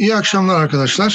İyi akşamlar arkadaşlar.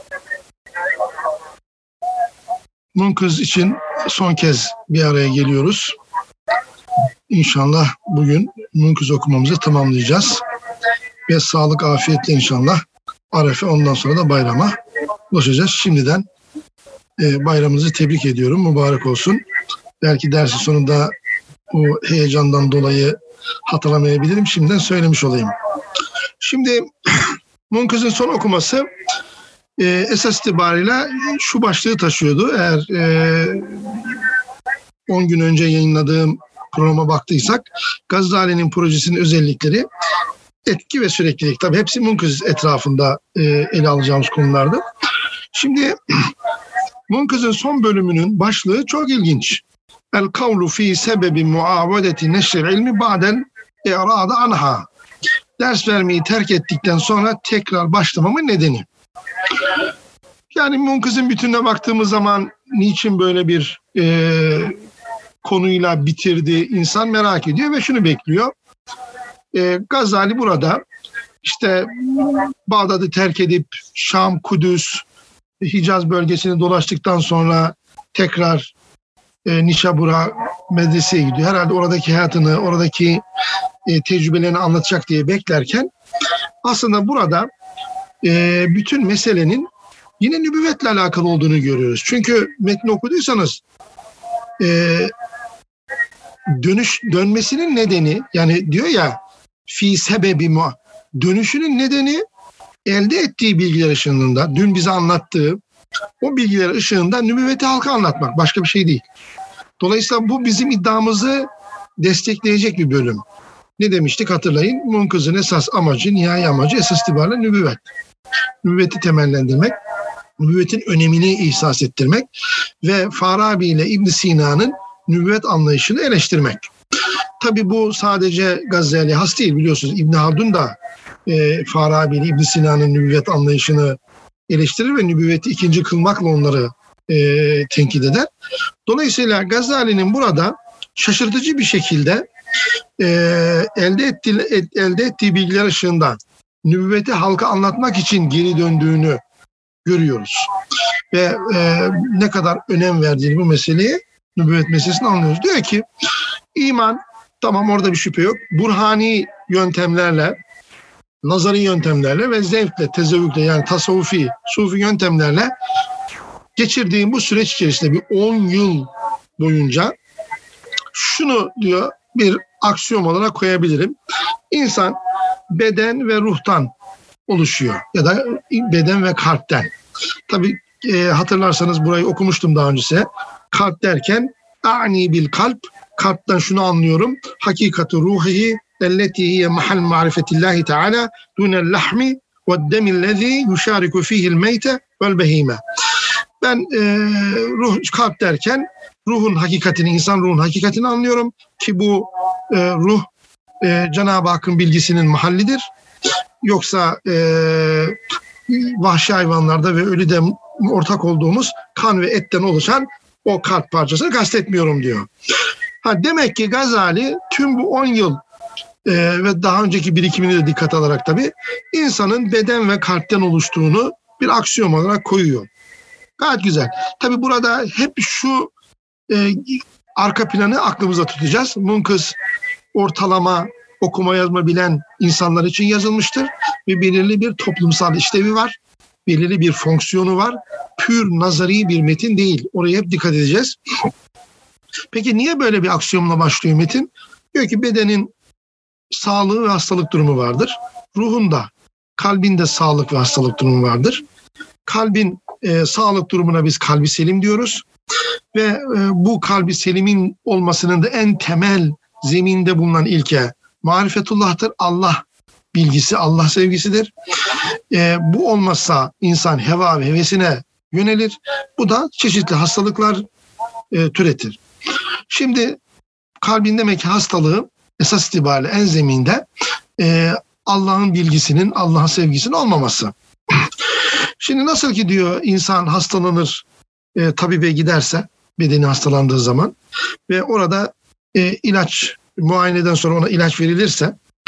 Munkız için son kez bir araya geliyoruz. İnşallah bugün Munkız okumamızı tamamlayacağız. Ve sağlık, afiyetle inşallah Arefe, ondan sonra da bayrama ulaşacağız. Şimdiden bayramınızı tebrik ediyorum. Mübarek olsun. Belki dersin sonunda bu heyecandan dolayı hatırlamayabilirim. Şimdiden söylemiş olayım. Şimdi Munkız'ın son okuması esas itibariyle şu başlığı taşıyordu. Eğer 10 gün önce yayınladığım programa baktıysak, Gazali'nin projesinin özellikleri, etki ve süreklilik. Tabii hepsi Munkız etrafında ele alacağımız konulardı. Şimdi Munkız'ın son bölümünün başlığı çok ilginç. El kavlu fi sebebi muavedeti neşril ilmi ba'del i'rada anha. Ders vermeyi terk ettikten sonra tekrar başlamamın nedeni. Yani Munkız'ın bütününe baktığımız zaman niçin böyle bir konuyla bitirdi, insan merak ediyor ve şunu bekliyor. Gazali burada işte Bağdat'ı terk edip Şam, Kudüs, Hicaz bölgesini dolaştıktan sonra tekrar Nişabur'a medreseye gidiyor. Herhalde oradaki hayatını, oradaki tecrübelerini anlatacak diye beklerken aslında burada bütün meselenin yine nübüvvetle alakalı olduğunu görüyoruz. Çünkü metni okuduysanız dönmesinin nedeni, yani diyor ya fi sebebi dönüşünün nedeni elde ettiği bilgiler ışığında, dün bize anlattığı o bilgiler ışığında nübüvveti halka anlatmak, başka bir şey değil. Dolayısıyla bu bizim iddiamızı destekleyecek bir bölüm. Ne demiştik hatırlayın? Munkız'ın esas amacı, nihai amacı esas itibariyle nübüvvet. Nübüvveti temellendirmek, nübüvvetin önemini ihsas ettirmek ve Farabi ile İbn Sina'nın nübüvvet anlayışını eleştirmek. Tabii bu sadece Gazali'ye has değil, biliyorsunuz. İbn Haldun da Farabi ile İbn Sina'nın nübüvvet anlayışını eleştirir ve nübüvveti ikinci kılmakla onları tenkit eder. Dolayısıyla Gazali'nin burada şaşırtıcı bir şekilde elde ettiği bilgiler ışığında nübüvveti halka anlatmak için geri döndüğünü görüyoruz. Ve ne kadar önem verdiğini bu meseleye, nübüvvet meselesini anlıyoruz. Diyor ki iman, tamam, orada bir şüphe yok. Burhani yöntemlerle, nazari yöntemlerle ve zevkle, tezevvükle, yani tasavvufi, sufi yöntemlerle geçirdiğim bu süreç içerisinde bir 10 yıl boyunca şunu diyor, bir aksiyom olarak koyabilirim. İnsan beden ve ruhtan oluşuyor ya da beden ve kalpten. Tabii hatırlarsanız burayı okumuştum daha önce. Kalp derken a'ni bil kalp, kalpten şunu anlıyorum. Hakikatu ruhihi elleti hiye mahal marifetillahi teala dunel lahmi ve demillezi yuşariku fihil meyte vel behime. Ben ruh, kalp derken ruhun hakikatini, insan ruhun hakikatini anlıyorum ki bu ruh Cenab-ı Hakk'ın bilgisinin mahallidir. Yoksa vahşi hayvanlarda ve ölüde ortak olduğumuz kan ve etten oluşan o kalp parçasını kastetmiyorum diyor. Demek ki Gazali tüm bu 10 yıl ve daha önceki birikimini de dikkat alarak tabii insanın beden ve kalpten oluştuğunu bir aksiyom olarak koyuyor. Gayet güzel. Tabii burada hep şu arka planı aklımıza tutacağız. Munkız ortalama okuma yazma bilen insanlar için yazılmıştır ve belirli bir toplumsal işlevi var. Belirli bir fonksiyonu var. Pür nazari bir metin değil. Oraya hep dikkat edeceğiz. Peki niye böyle bir aksiyonla başlıyor metin? Diyor ki bedenin sağlığı ve hastalık durumu vardır. Ruhunda, kalbinde sağlık ve hastalık durumu vardır. Kalbin sağlık durumuna biz kalbi selim diyoruz. Ve bu kalbi selimin olmasının da en temel zeminde bulunan ilke marifetullah'tır. Allah bilgisi, Allah sevgisidir. Bu olmazsa insan heva ve hevesine yönelir. Bu da çeşitli hastalıklar türetir. Şimdi kalbin demek ki hastalığı esas itibariyle en zeminde Allah'ın bilgisinin, Allah'ın sevgisinin olmaması. Şimdi nasıl ki diyor insan hastalanır, tabibe giderse bedeni hastalandığı zaman ve orada ilaç, muayeneden sonra ona ilaç verilirse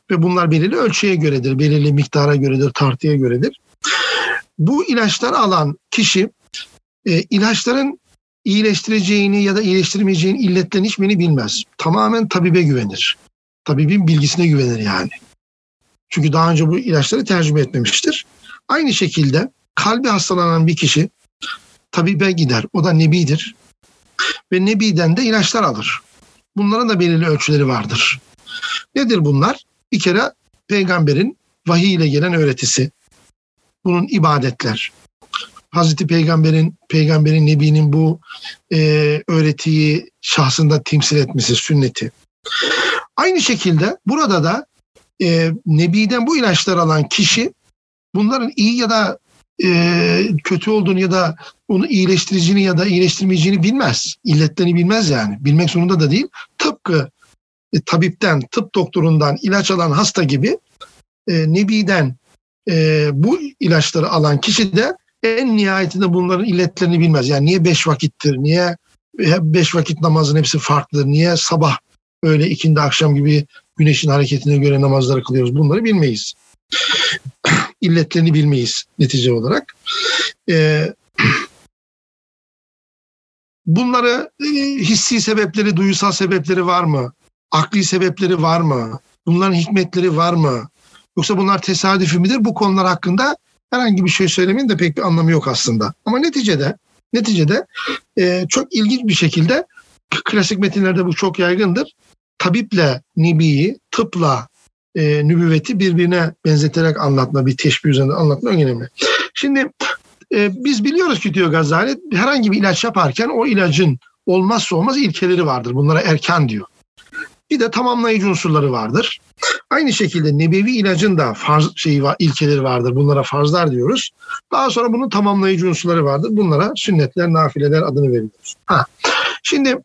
ve bunlar belirli ölçüye göredir, belirli miktara göredir, tartıya göredir. Bu ilaçları alan kişi ilaçların iyileştireceğini ya da iyileştirmeyeceğini illetlerini hiçbirini bilmez. Tamamen tabibe güvenir. Tabibin bilgisine güvenir yani. Çünkü daha önce bu ilaçları tercüme etmemiştir. Aynı şekilde kalbi hastalanan bir kişi tabibe gider. O da nebidir. Ve nebiden de ilaçlar alır. Bunların da belirli ölçüleri vardır. Nedir bunlar? Bir kere peygamberin vahiy ile gelen öğretisi. Bunun ibadetler. Hazreti Peygamberin, Nebi'nin bu öğretiyi şahsında temsil etmesi, sünneti. Aynı şekilde burada da Nebi'den bu ilaçları alan kişi bunların iyi ya da kötü olduğunu ya da onu iyileştireceğini ya da iyileştirmeyeceğini bilmez. İlletlerini bilmez yani. Bilmek zorunda da değil. Tıpkı tabipten, tıp doktorundan ilaç alan hasta gibi Nebi'den bu ilaçları alan kişi de en nihayetinde bunların illetlerini bilmez. Yani niye 5 vakittir, niye 5 vakit namazın hepsi farklıdır, niye sabah, öğle, ikindi, akşam gibi güneşin hareketine göre namazları kılıyoruz, bunları bilmeyiz. İlletlerini bilmeyiz netice olarak. Bunları hissi sebepleri, duyusal sebepleri var mı? Akli sebepleri var mı? Bunların hikmetleri var mı? Yoksa bunlar tesadüfi midir? Bu konular hakkında herhangi bir şey söylemenin de pek bir anlamı yok aslında. Ama neticede çok ilginç bir şekilde klasik metinlerde bu çok yaygındır. Tabiple nebiyi, tıpla nübüvveti birbirine benzeterek anlatma, bir teşbih üzerinde anlatma önemli. Şimdi biz biliyoruz ki diyor Gazali, herhangi bir ilaç yaparken o ilacın olmazsa olmaz ilkeleri vardır. Bunlara erkan diyor. Bir de tamamlayıcı unsurları vardır. Aynı şekilde nebevi ilacın da ilkeleri vardır. Bunlara farzlar diyoruz. Daha sonra bunun tamamlayıcı unsurları vardır. Bunlara sünnetler, nafileler adını veriyoruz. Şimdi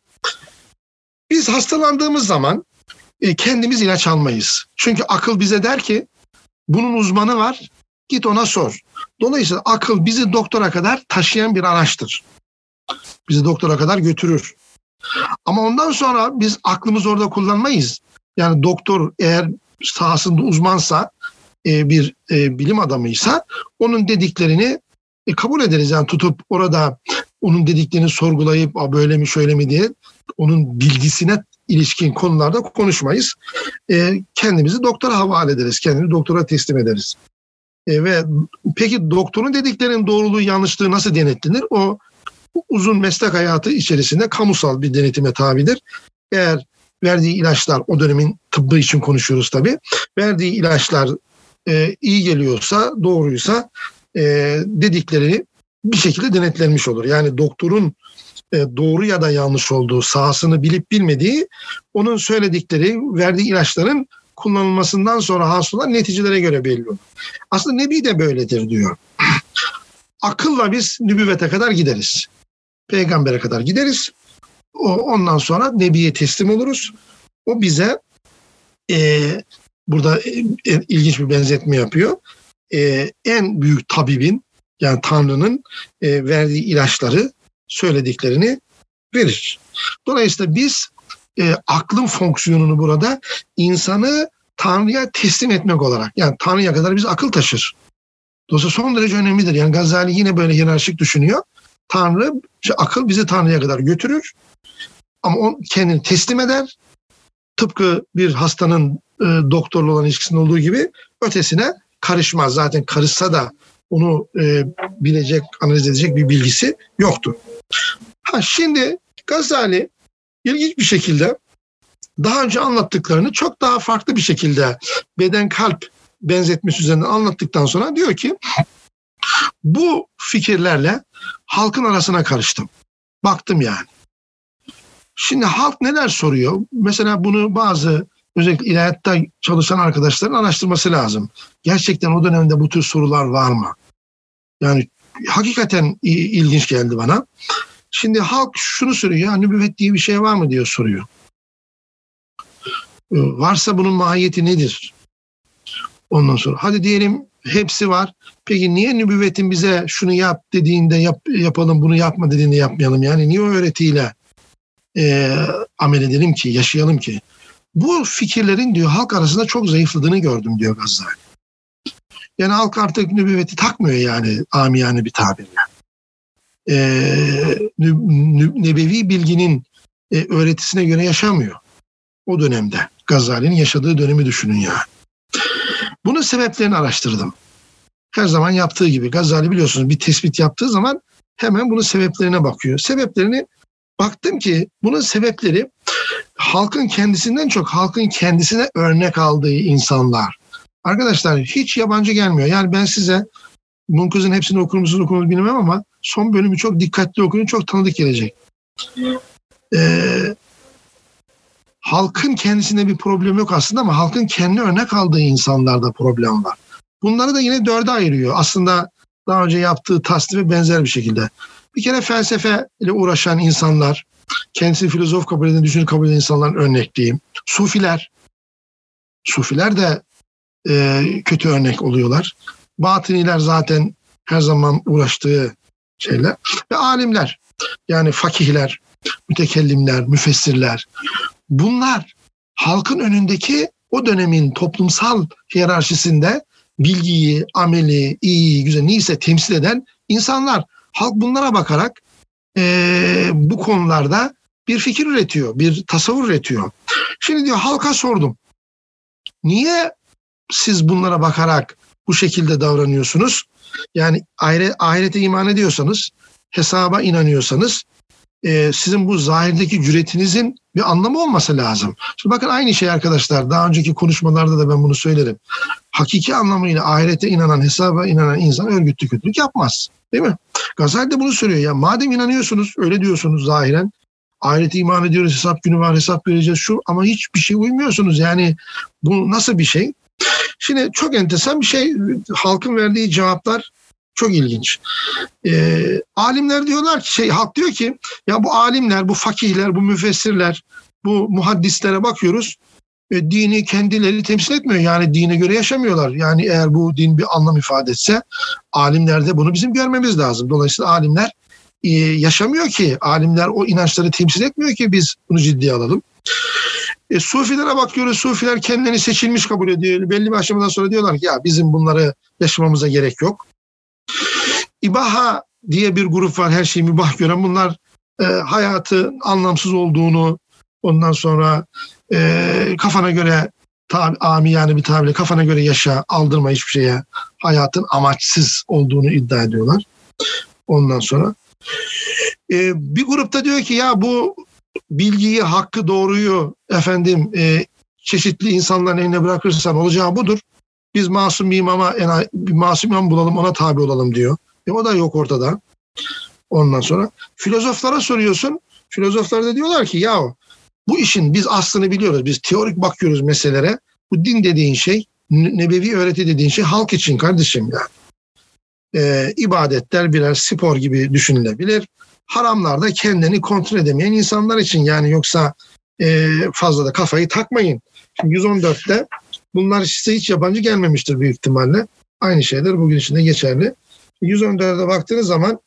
biz hastalandığımız zaman kendimiz ilaç almayız. Çünkü akıl bize der ki bunun uzmanı var, git ona sor. Dolayısıyla akıl bizi doktora kadar taşıyan bir araçtır. Bizi doktora kadar götürür. Ama ondan sonra biz aklımızı orada kullanmayız. Yani doktor eğer sahasında uzmansa, bir bilim adamıysa onun dediklerini kabul ederiz. Yani tutup orada onun dediklerini sorgulayıp böyle mi şöyle mi diye onun bilgisine ilişkin konularda konuşmayız. Kendimizi doktora havale ederiz. Kendimizi doktora teslim ederiz. Ve peki doktorun dediklerinin doğruluğu yanlışlığı nasıl denetlenir? O uzun meslek hayatı içerisinde kamusal bir denetime tabidir. Eğer verdiği ilaçlar, o dönemin tıbbı için konuşuyoruz tabii, verdiği ilaçlar iyi geliyorsa, doğruysa dedikleri bir şekilde denetlenmiş olur. Yani doktorun doğru ya da yanlış olduğu, sahasını bilip bilmediği, onun söyledikleri, verdiği ilaçların kullanılmasından sonra hasıl olan neticelere göre belli olur. Aslında Nebi de böyledir diyor. Akılla biz nübüvvete kadar gideriz. Peygambere kadar gideriz. Ondan sonra Nebi'ye teslim oluruz. O bize burada ilginç bir benzetme yapıyor. En büyük tabibin, yani Tanrı'nın verdiği ilaçları, söylediklerini verir. Dolayısıyla biz aklın fonksiyonunu burada insanı Tanrı'ya teslim etmek olarak, yani Tanrı'ya kadar biz akıl taşır. Dolayısıyla son derece önemlidir. Yani Gazali yine böyle hiyerarşik düşünüyor. Tanrı, akıl bizi Tanrı'ya kadar götürür. Ama o kendini teslim eder. Tıpkı bir hastanın doktorla olan ilişkisinde olduğu gibi ötesine karışmaz. Zaten karışsa da onu bilecek, analiz edecek bir bilgisi yoktur. Şimdi Gazali ilginç bir şekilde daha önce anlattıklarını çok daha farklı bir şekilde beden kalp benzetmesi üzerinden anlattıktan sonra diyor ki bu fikirlerle halkın arasına karıştım. Baktım yani. Şimdi halk neler soruyor? Mesela bunu bazı özellikle ilahiyatta çalışan arkadaşların araştırması lazım. Gerçekten o dönemde bu tür sorular var mı? Yani hakikaten ilginç geldi bana. Şimdi halk şunu soruyor, ya nübüvvet diye bir şey var mı diyor soruyor. Varsa bunun mahiyeti nedir? Ondan sonra hadi diyelim hepsi var. Peki niye nübüvvetin bize şunu yap dediğinde yapalım, bunu yapma dediğinde yapmayalım? Yani niye o öğretiyle amel edelim ki, yaşayalım ki? Bu fikirlerin diyor halk arasında çok zayıfladığını gördüm diyor Gazali. Yani halk artık nübüvveti takmıyor yani amiyane bir tabirle. Nebevi bilginin öğretisine göre yaşamıyor. O dönemde Gazali'nin yaşadığı dönemi düşünün yani. Bunun sebeplerini araştırdım. Her zaman yaptığı gibi Gazali biliyorsunuz bir tespit yaptığı zaman hemen bunun sebeplerine bakıyor. Sebeplerini baktım ki bunun sebepleri halkın kendisinden çok halkın kendisine örnek aldığı insanlar. Arkadaşlar hiç yabancı gelmiyor. Yani ben size Munkız'ın hepsini okur musunuz bilmem ama son bölümü çok dikkatli okuyun, çok tanıdık gelecek. Halkın kendisinde bir problem yok aslında ama halkın kendi örnek aldığı insanlarda problem var. Bunları da yine dörde ayırıyor. Aslında daha önce yaptığı tasnife benzer bir şekilde. Bir kere felsefe ile uğraşan insanlar, kendisi filozof kabul eden, düşünür kabul eden insanların örnekliği. Sufiler de kötü örnek oluyorlar. Batıniler zaten her zaman uğraştığı şeyler. Ve alimler, yani fakihler, mütekellimler, müfessirler. Bunlar halkın önündeki o dönemin toplumsal hiyerarşisinde bilgiyi, ameli, iyi, güzel neyse temsil eden insanlar. Halk bunlara bakarak bu konularda bir fikir üretiyor, bir tasavvur üretiyor. Şimdi diyor halka sordum. Niye siz bunlara bakarak bu şekilde davranıyorsunuz? Yani ahirete iman ediyorsanız, hesaba inanıyorsanız sizin bu zahirdeki cüretinizin bir anlamı olması lazım. Şimdi bakın aynı şey arkadaşlar. Daha önceki konuşmalarda da ben bunu söylerim. Hakiki anlamıyla ahirete inanan, hesaba inanan insan örgütlü kötülük yapmaz. Değil mi? Gazali de bunu söylüyor. Ya madem inanıyorsunuz, öyle diyorsunuz zahiren. Ahirete iman ediyoruz, hesap günü var, hesap vereceğiz şu ama hiçbir şey uymuyorsunuz. Yani bu nasıl bir şey? Şimdi çok enteresan bir şey. Halkın verdiği cevaplar çok ilginç. Alimler diyorlar ki, halk diyor ki ya bu alimler, bu fakihler, bu müfessirler, bu muhaddislere bakıyoruz. Dini kendileri temsil etmiyor. Yani dine göre yaşamıyorlar. Yani eğer bu din bir anlam ifade etse alimlerde bunu bizim görmemiz lazım. Dolayısıyla alimler yaşamıyor ki. Alimler o inançları temsil etmiyor ki biz bunu ciddiye alalım. Sufilere bakıyoruz. Sufiler kendilerini seçilmiş kabul ediyor. Belli bir aşamadan sonra diyorlar ki ya bizim bunları yaşamamıza gerek yok. İbaha diye bir grup var, her şeyi mübah gören. Bunlar hayatın anlamsız olduğunu, ondan sonra kafana göre amiyane bir tabirle kafana göre yaşa, aldırma hiçbir şeye, hayatın amaçsız olduğunu iddia ediyorlar. Ondan sonra bir grupta diyor ki ya bu bilgiyi, hakkı, doğruyu çeşitli insanların eline bırakırsan olacağı budur. Biz masum bir masum imam bulalım, ona tabi olalım diyor. O da yok ortada. Ondan sonra filozoflara soruyorsun. Filozoflar da diyorlar ki ya bu işin biz aslını biliyoruz. Biz teorik bakıyoruz meselelere. Bu din dediğin şey, nebevi öğreti dediğin şey halk için kardeşim yani. İbadetler birer spor gibi düşünülebilir. Haramlar da kendini kontrol edemeyen insanlar için yani yoksa fazla da kafayı takmayın. Şimdi 114'te bunlar size hiç yabancı gelmemiştir büyük ihtimalle. Aynı şeyler bugün için de geçerli. 114'e baktığınız zaman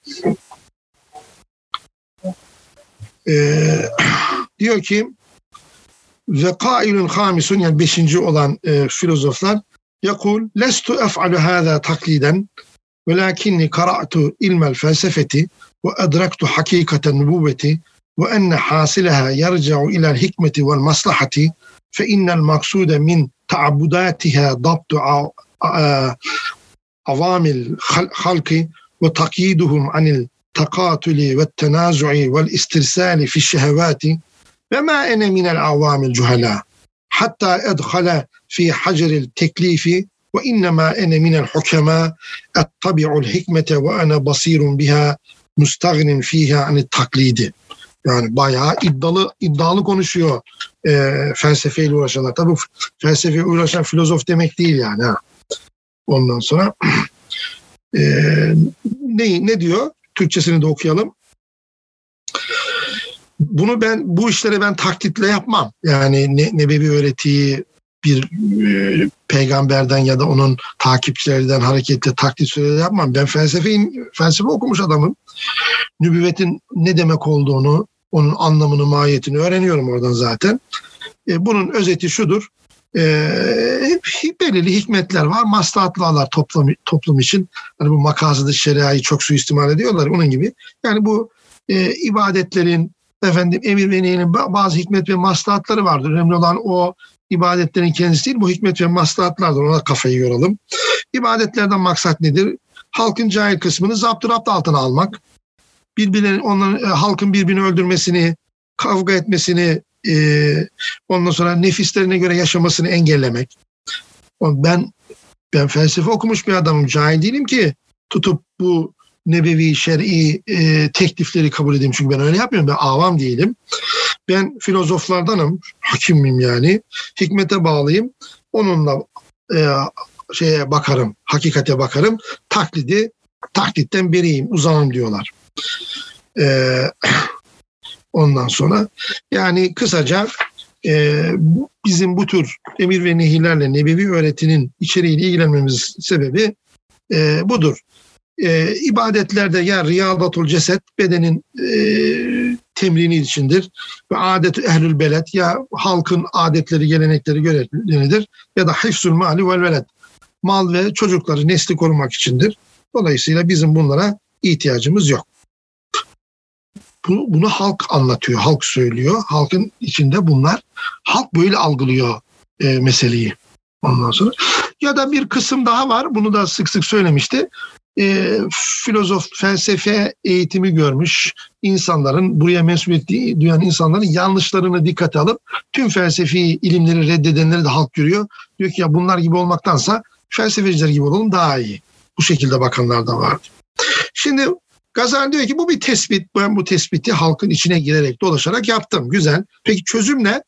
diyor ki ve kailun hamisun yani 5. olan filozoflar yakul lestu ef'alu hâzâ takliden velakinni kara'tu ilmel felsefeti ve edraktu hakikaten nübüvveti ve enne hasileha yerca'u ilel hikmeti vel maslahati fe innel maksude min ta'abbudatiha dabtu avamil halki ve takyiduhum anil takatuli ve tenazu'i vel istirsali fi şehevati ve ma ene minel avamil cuhala hatta edhala fi haceril teklifi ve innema ene minel hukema ettabi'ul hikmete ve ene basirun biha mustagnin fiha anit taklidi. Yani bayağı iddialı konuşuyor felsefeyle uğraşanlar. Tabii felsefeyle uğraşan filozof demek değil yani. Ondan sonra ne diyor? Türkçesini de okuyalım. Bu işleri ben taklitle yapmam. Yani nebevi öğretiyi bir peygamberden ya da onun takipçilerinden hareketle taklit söyledi yapmam. Ben felsefe okumuş adamım. Nübüvvetin ne demek olduğunu, onun anlamını, mahiyetini öğreniyorum oradan zaten. Bunun özeti şudur. Belirli hikmetler var. Maslahatlar toplum için. Hani bu makasıd-ı şeriayı çok suistimal ediyorlar. Onun gibi. Yani bu ibadetlerin, emir ve nehyin bazı hikmet ve maslahatları vardır. Önemli olan o ibadetlerin kendisi değil, bu hikmet ve maslahatlardır. Ona kafayı yoralım. İbadetlerden maksat nedir? Halkın cahil kısmını zapturapt altına almak. Halkın birbirini öldürmesini, kavga etmesini, ondan sonra nefislerine göre yaşamasını engellemek. Ben felsefe okumuş bir adamım, cahil değilim ki tutup bu nebevi, şer'i teklifleri kabul edeyim. Çünkü ben öyle yapmıyorum. Ben avam değilim. Ben filozoflardanım. Hakimim yani. Hikmete bağlıyım. Onunla bakarım. Hakikate bakarım. Taklitten beriyim. Uzağım diyorlar. Ondan sonra yani kısaca bizim bu tür emir ve nehirlerle nebevi öğretinin içeriğiyle ilgilenmemizin sebebi budur. İbadetlerde ya riyadatul ceset, bedenin temrini içindir ve adet-i ehlül beled, ya halkın adetleri, gelenekleri görevleridir ya da hifzul mali vel veled, mal ve çocukları, nesli korumak içindir. Dolayısıyla bizim bunlara ihtiyacımız yok. Bunu halk anlatıyor, halk söylüyor. Halkın içinde bunlar. Halk böyle algılıyor meseleyi. Ondan sonra. Ya da bir kısım daha var. Bunu da sık sık söylemişti. Filozof, felsefe eğitimi görmüş insanların, buraya mensubiyet duyan insanların yanlışlarını dikkate alıp tüm felsefi ilimleri reddedenleri de halk görüyor. Diyor ki ya bunlar gibi olmaktansa felsefeciler gibi olalım daha iyi. Bu şekilde bakanlar da vardı. Şimdi Gazali diyor ki bu bir tespit. Ben bu tespiti halkın içine girerek, dolaşarak yaptım. Güzel. Peki çözüm ne?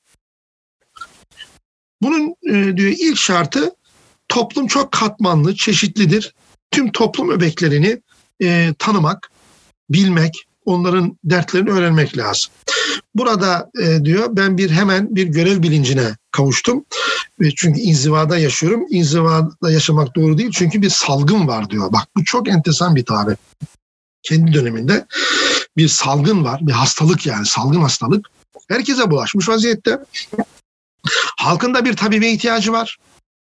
Bunun diyor ilk şartı, toplum çok katmanlı, çeşitlidir. Tüm toplum öbeklerini tanımak, bilmek, onların dertlerini öğrenmek lazım. Burada diyor ben hemen bir görev bilincine kavuştum. Çünkü inzivada yaşıyorum. İnzivada yaşamak doğru değil. Çünkü bir salgın var diyor. Bak bu çok enteresan bir tabir. Kendi döneminde bir salgın var. Bir hastalık yani. Salgın hastalık. Herkese bulaşmış vaziyette. Halkın da bir tabibe ihtiyacı var.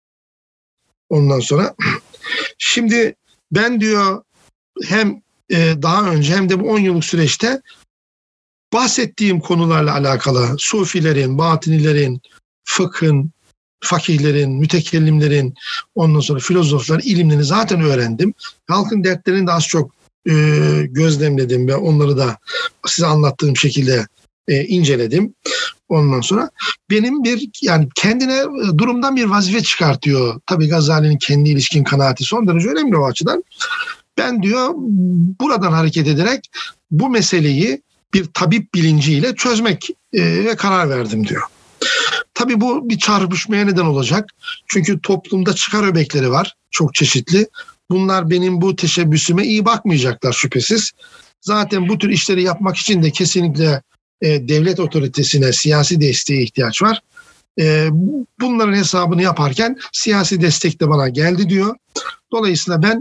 Ondan sonra şimdi ben diyor hem daha önce hem de bu 10 yıllık süreçte bahsettiğim konularla alakalı sufilerin, batinilerin, fıkhın, fakihlerin, mütekellimlerin, ondan sonra filozofların ilimlerini zaten öğrendim. Halkın dertlerini de az çok gözlemledim ve onları da size anlattığım şekilde inceledim. Ondan sonra benim yani kendine durumdan bir vazife çıkartıyor. Tabii Gazali'nin kendi ilişkin kanaati son derece önemli o açıdan. Ben diyor buradan hareket ederek bu meseleyi bir tabip bilinciyle çözmek ve karar verdim diyor. Tabii bu bir çarpışmaya neden olacak. Çünkü toplumda çıkar öbekleri var. Çok çeşitli. Bunlar benim bu teşebbüsüme iyi bakmayacaklar şüphesiz. Zaten bu tür işleri yapmak için de kesinlikle devlet otoritesine, siyasi desteğe ihtiyaç var. Bunların hesabını yaparken siyasi destek de bana geldi diyor. Dolayısıyla ben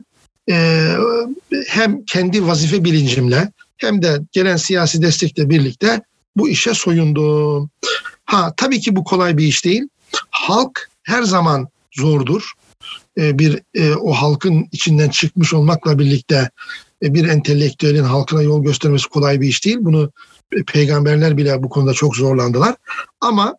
hem kendi vazife bilincimle hem de gelen siyasi destekle birlikte bu işe soyundum. Tabii ki bu kolay bir iş değil. Halk her zaman zordur. O halkın içinden çıkmış olmakla birlikte bir entelektüelin halkına yol göstermesi kolay bir iş değil. Bunu peygamberler bile bu konuda çok zorlandılar. Ama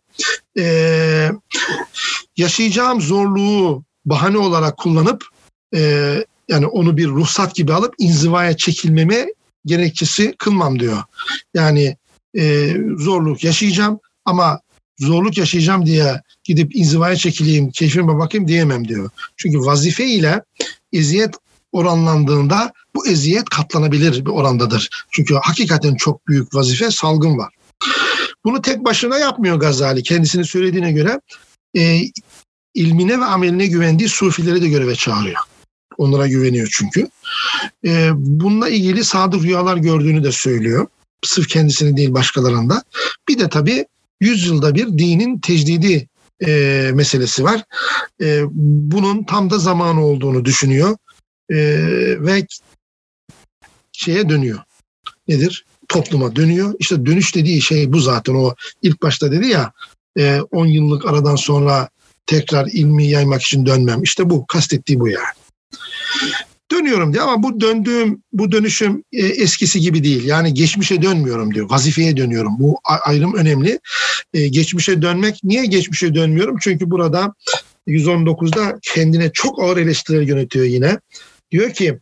yaşayacağım zorluğu bahane olarak kullanıp yani onu bir ruhsat gibi alıp inzivaya çekilmeme gerekçesi kılmam diyor. Yani zorluk yaşayacağım ama zorluk yaşayacağım diye gidip inzivaya çekileyim, keyfime bakayım diyemem diyor. Çünkü vazife ile eziyet oranlandığında bu eziyet katlanabilir bir orandadır. Çünkü hakikaten çok büyük vazife, salgın var. Bunu tek başına yapmıyor Gazali. Kendisinin söylediğine göre ilmine ve ameline güvendiği sufileri de göreve çağırıyor. Onlara güveniyor çünkü. Bununla ilgili sadık rüyalar gördüğünü de söylüyor. Sırf kendisini değil başkalarında. Bir de tabii 100 yılda bir dinin tecdidi meselesi var. Bunun tam da zamanı olduğunu düşünüyor. Ve şeye dönüyor. Nedir? Topluma dönüyor. İşte dönüş dediği şey bu zaten. O ilk başta dedi ya 10 yıllık aradan sonra tekrar ilmi yaymak için dönmem. İşte bu, kastettiği bu yani. Dönüyorum diyor ama bu dönüşüm eskisi gibi değil. Yani geçmişe dönmüyorum diyor. Vazifeye dönüyorum. Bu ayrım önemli. Geçmişe dönmek. Niye geçmişe dönmüyorum? Çünkü burada 119'da kendine çok ağır eleştiriler yönetiyor yine. Diyor ki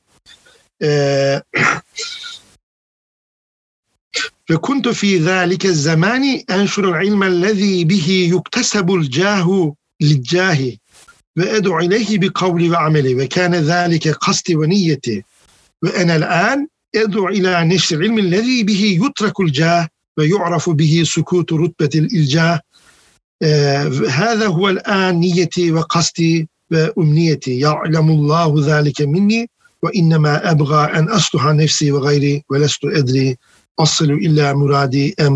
ve kuntu fi zalika zamani enşurul ilmellezî bihi yuktasabul cahu lilcahi ve ed'u ileyhi bi kavli ve ameli ve kâne zâlike kasti ve niyeti ve enel an ed'u ila neşril ilmellezî bihi yutrakul cah ve yu'rafu bihi sukutu rutbetil ilcah. هذا هو الآن نيتي وقصدي وأمنيتي يعلم الله ذلك مني وإنما أبغى أن أصلح نفسي وغيري ولست أدري أصل إلا مرادي أم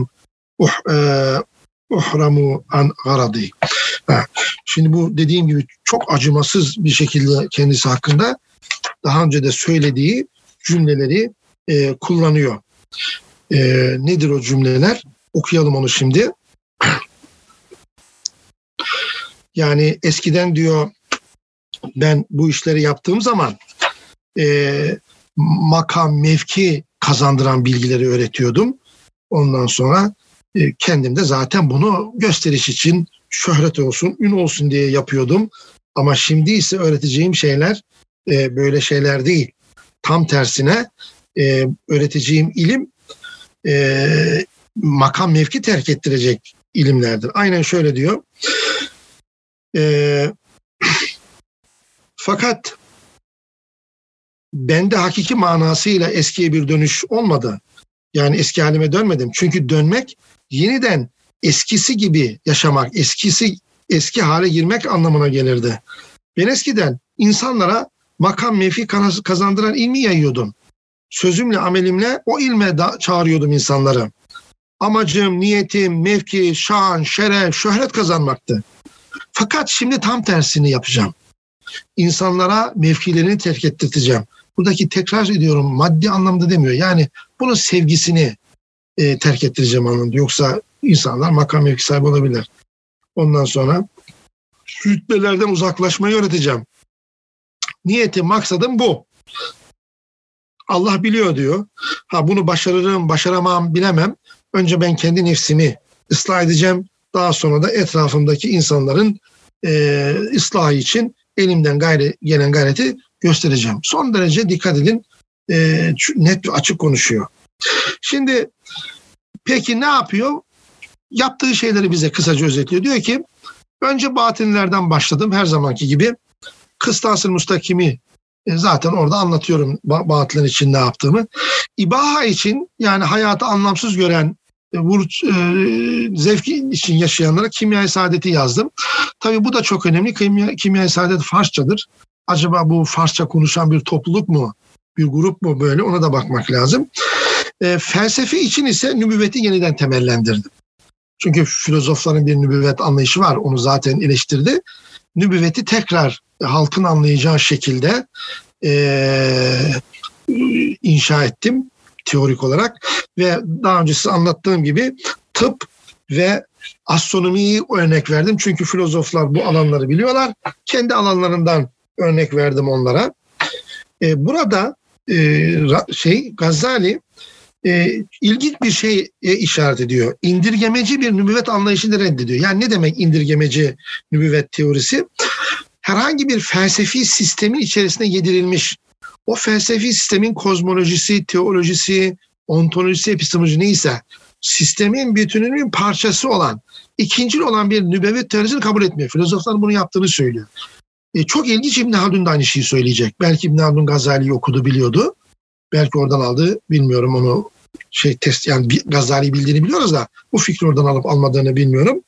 أحرم عن غرضي. Şimdi bu dediğim gibi çok acımasız bir şekilde kendisi hakkında daha önce de söylediği cümleleri kullanıyor. Nedir o cümleler? Okuyalım onu şimdi. Yani eskiden diyor ben bu işleri yaptığım zaman makam, mevki kazandıran bilgileri öğretiyordum. Ondan sonra kendim de zaten bunu gösteriş için şöhret olsun, ün olsun diye yapıyordum. Ama şimdi ise öğreteceğim şeyler böyle şeyler değil. Tam tersine öğreteceğim ilim makam, mevki terk ettirecek ilimlerdir. Aynen şöyle diyor. Fakat bende hakiki manasıyla eskiye bir dönüş olmadı. Yani eski halime dönmedim. Çünkü dönmek yeniden eskisi gibi yaşamak, eski hale girmek anlamına gelirdi. Ben eskiden insanlara makam mevki kazandıran ilmi yayıyordum. Sözümle, amelimle o ilme çağırıyordum insanları. Amacım, niyetim, mevki, şan, şeref, şöhret kazanmaktı. Fakat şimdi tam tersini yapacağım. İnsanlara mevkilerini terk ettirteceğim. Buradaki tekrar ediyorum maddi anlamda demiyor. Yani bunun sevgisini terk ettireceğim anlamında. Yoksa insanlar makam mevki sahibi olabilir. Ondan sonra rütbelerden uzaklaşmayı öğreteceğim. Niyetim, maksadım bu. Allah biliyor diyor. Bunu başarırım, başaramam bilemem. Önce ben kendi nefsimi ıslah edeceğim. Daha sonra da etrafımdaki insanların ıslahı için elimden gelen gayreti göstereceğim. Son derece dikkat edin, net ve açık konuşuyor. Şimdi peki ne yapıyor? Yaptığı şeyleri bize kısaca özetliyor. Diyor ki önce batinlerden başladım her zamanki gibi. Kıstas-ı müstakimi zaten orada anlatıyorum batınlar için ne yaptığımı. İbaha için yani hayatı anlamsız gören zevki için yaşayanlara Kimya-i Saadet'i yazdım. Tabii bu da çok önemli. Kimya-i Saadet Farsçadır. Acaba bu Farsça konuşan bir topluluk mu? Bir grup mu böyle? Ona da bakmak lazım. Felsefe için ise nübüvveti yeniden temellendirdim. Çünkü filozofların bir nübüvvet anlayışı var. Onu zaten eleştirdi. Nübüvveti tekrar halkın anlayacağı şekilde inşa ettim teorik olarak ve daha önce size anlattığım gibi tıp ve astronomiyi örnek verdim. Çünkü filozoflar bu alanları biliyorlar. Kendi alanlarından örnek verdim onlara. Burada Gazali ilginç bir şeye işaret ediyor. İndirgemeci bir nübüvvet anlayışını reddediyor. Yani ne demek indirgemeci nübüvvet teorisi? Herhangi bir felsefi sistemin içerisine yedirilmiş, o felsefi sistemin kozmolojisi, teolojisi, ontolojisi, epistemoloji neyse sistemin bütününün parçası olan, ikincil olan bir nübüvvet teorisini kabul etmiyor. Filozoflar bunu yaptığını söylüyor. Çok ilginç, İbn Haldun da aynı şeyi söyleyecek. Belki İbn Haldun Gazali'yi okudu, biliyordu. Belki oradan aldı, bilmiyorum onu yani Gazali'yi bildiğini biliyoruz da bu fikri oradan alıp almadığını bilmiyorum.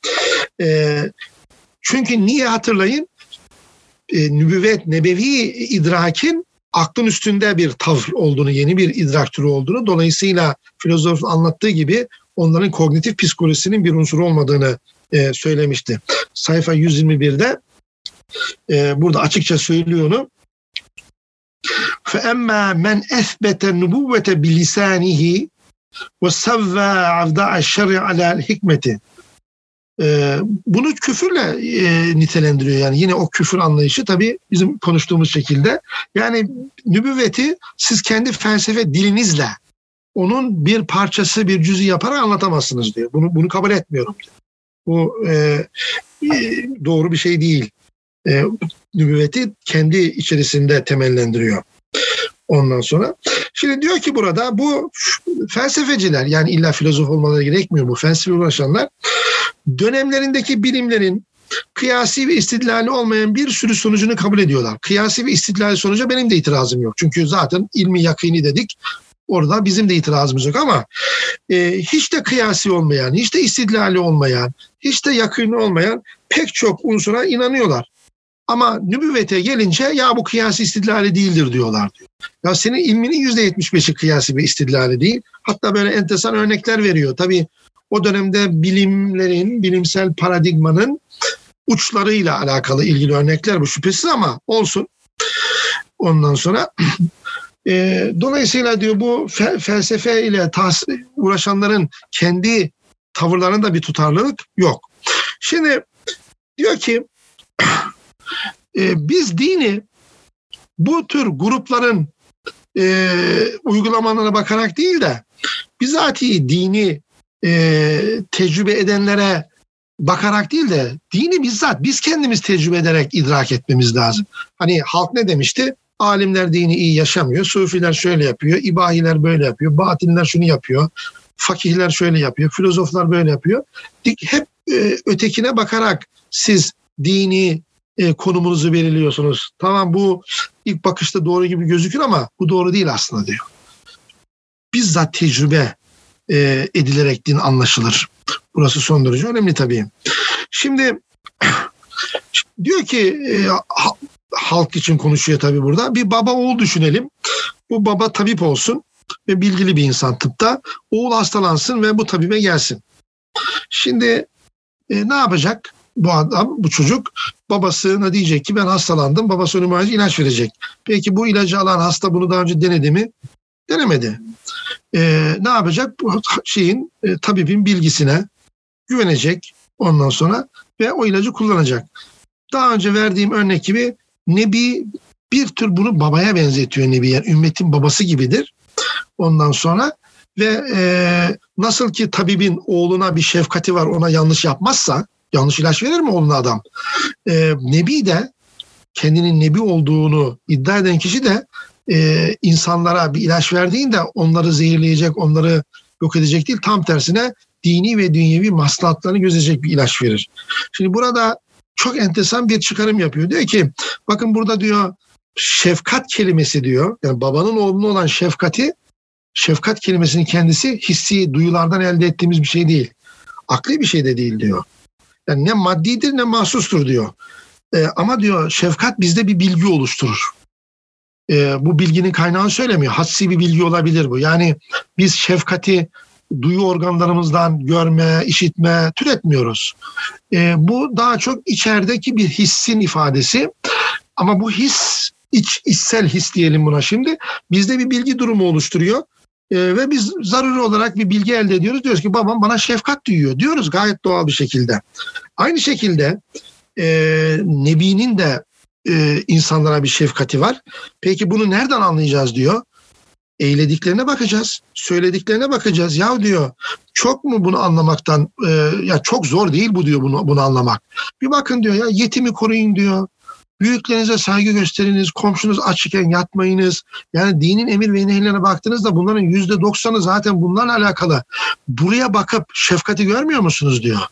Çünkü niye hatırlayın? Nübüvvet, nebevi idrakin aklın üstünde bir tavır olduğunu, yeni bir idrak türü olduğunu, dolayısıyla filozof anlattığı gibi onların kognitif psikolojisinin bir unsuru olmadığını söylemişti. Sayfa 121'de burada açıkça söylüyor onu. فَاَمَّا مَنْ اَثْبَتَ النُّبُوَّةَ بِلِسَانِهِ وَسَوَّى عَوْدَعَ الشَّرِعَ عَلَى الْحِكْمَةِ Bunu küfürle nitelendiriyor. Yani yine o küfür anlayışı tabii bizim konuştuğumuz şekilde. Yani nübüvveti siz kendi felsefe dilinizle onun bir parçası, bir cüzü yaparak anlatamazsınız diyor. Bunu kabul etmiyorum diyor. Bu doğru bir şey değil. Nübüvveti kendi içerisinde temellendiriyor. Ondan sonra şimdi diyor ki burada bu felsefeciler, yani illa filozof olmaları gerekmiyor, bu felsefe uğraşanlar dönemlerindeki bilimlerin kıyasi ve istidlali olmayan bir sürü sonucunu kabul ediyorlar. Kıyasi ve istidlali sonuca benim de itirazım yok. Çünkü zaten ilmi yakini dedik. Orada bizim de itirazımız yok ama hiç de kıyasi olmayan, hiç de istidlali olmayan, hiç de yakini olmayan pek çok unsura inanıyorlar. Ama nübüvvete gelince ya bu kıyasi istidlali değildir diyorlar diyor. Ya senin ilminin %75'i kıyasi ve istidlali değil. Hatta böyle enteresan örnekler veriyor. Tabii o dönemde bilimlerin, bilimsel paradigmanın uçlarıyla alakalı ilgili örnekler bu şüphesiz ama olsun. Ondan sonra dolayısıyla diyor bu felsefe ile uğraşanların kendi tavırlarında bir tutarlılık yok. Şimdi diyor ki biz dini bu tür grupların uygulamalarına bakarak değil de bizatihi dini tecrübe edenlere bakarak değil de dini bizzat biz kendimiz tecrübe ederek idrak etmemiz lazım. Hani halk ne demişti? Alimler dini iyi yaşamıyor, sufiler şöyle yapıyor, ibahiler böyle yapıyor, batinler şunu yapıyor, fakihler şöyle yapıyor, filozoflar böyle yapıyor. Hep ötekine bakarak siz dini konumunuzu belirliyorsunuz. Tamam, bu ilk bakışta doğru gibi gözükür ama bu doğru değil aslında diyor. Bizzat tecrübe edilerek din anlaşılır. Burası son derece önemli tabii. Şimdi diyor ki halk için konuşuyor tabii burada. Bir baba oğul düşünelim. Bu baba tabip olsun ve bilgili bir insan tıpta. Oğul hastalansın ve bu tabibe gelsin. Şimdi ne yapacak bu adam, bu çocuk? Babasına diyecek ki ben hastalandım. Babası ona ilaç verecek. Peki bu ilacı alan hasta bunu daha önce denedi mi? Denemedi. Ne yapacak? Bu tabibin bilgisine güvenecek ondan sonra ve o ilacı kullanacak. Daha önce verdiğim örnek gibi Nebi bir tür bunu babaya benzetiyor Nebi. Yani ümmetin babası gibidir. Ondan sonra ve nasıl ki tabibin oğluna bir şefkati var, ona yanlış yapmazsa, yanlış ilaç verir mi oğluna adam? Nebi de kendinin Nebi olduğunu iddia eden kişi de insanlara bir ilaç verdiğinde onları zehirleyecek, onları yok edecek değil. Tam tersine dini ve dünyevi maslahatlarını gözetecek bir ilaç verir. Şimdi burada çok enteresan bir çıkarım yapıyor. Diyor ki bakın burada diyor şefkat kelimesi diyor. Yani babanın oğluna olan şefkat kelimesinin kendisi hissi duyulardan elde ettiğimiz bir şey değil. Akli bir şey de değil diyor. Yani ne maddidir ne mahsustur diyor. Ama diyor şefkat bizde bir bilgi oluşturur. Bu bilginin kaynağını söylemiyor. Hassi bir bilgi olabilir bu. Yani biz şefkati duyu organlarımızdan görme, işitme türetmiyoruz. Bu daha çok içerideki bir hissin ifadesi. Ama bu his, içsel his diyelim buna şimdi, bizde bir bilgi durumu oluşturuyor. Ve biz zaruri olarak bir bilgi elde ediyoruz. Diyoruz ki babam bana şefkat duyuyor diyoruz gayet doğal bir şekilde. Aynı şekilde Nebi'nin de insanlara bir şefkati var. Peki bunu nereden anlayacağız diyor. Eylediklerine bakacağız, söylediklerine bakacağız. Ya diyor çok mu bunu anlamaktan, ya çok zor değil bu diyor bunu anlamak. Bir bakın diyor ya yetimi koruyun diyor. Büyüklerinize saygı gösteriniz, komşunuz açıkken yatmayınız. Yani dinin emir ve nehirlerine baktığınızda bunların %90'ı zaten bunlarla alakalı. Buraya bakıp şefkati görmüyor musunuz diyor.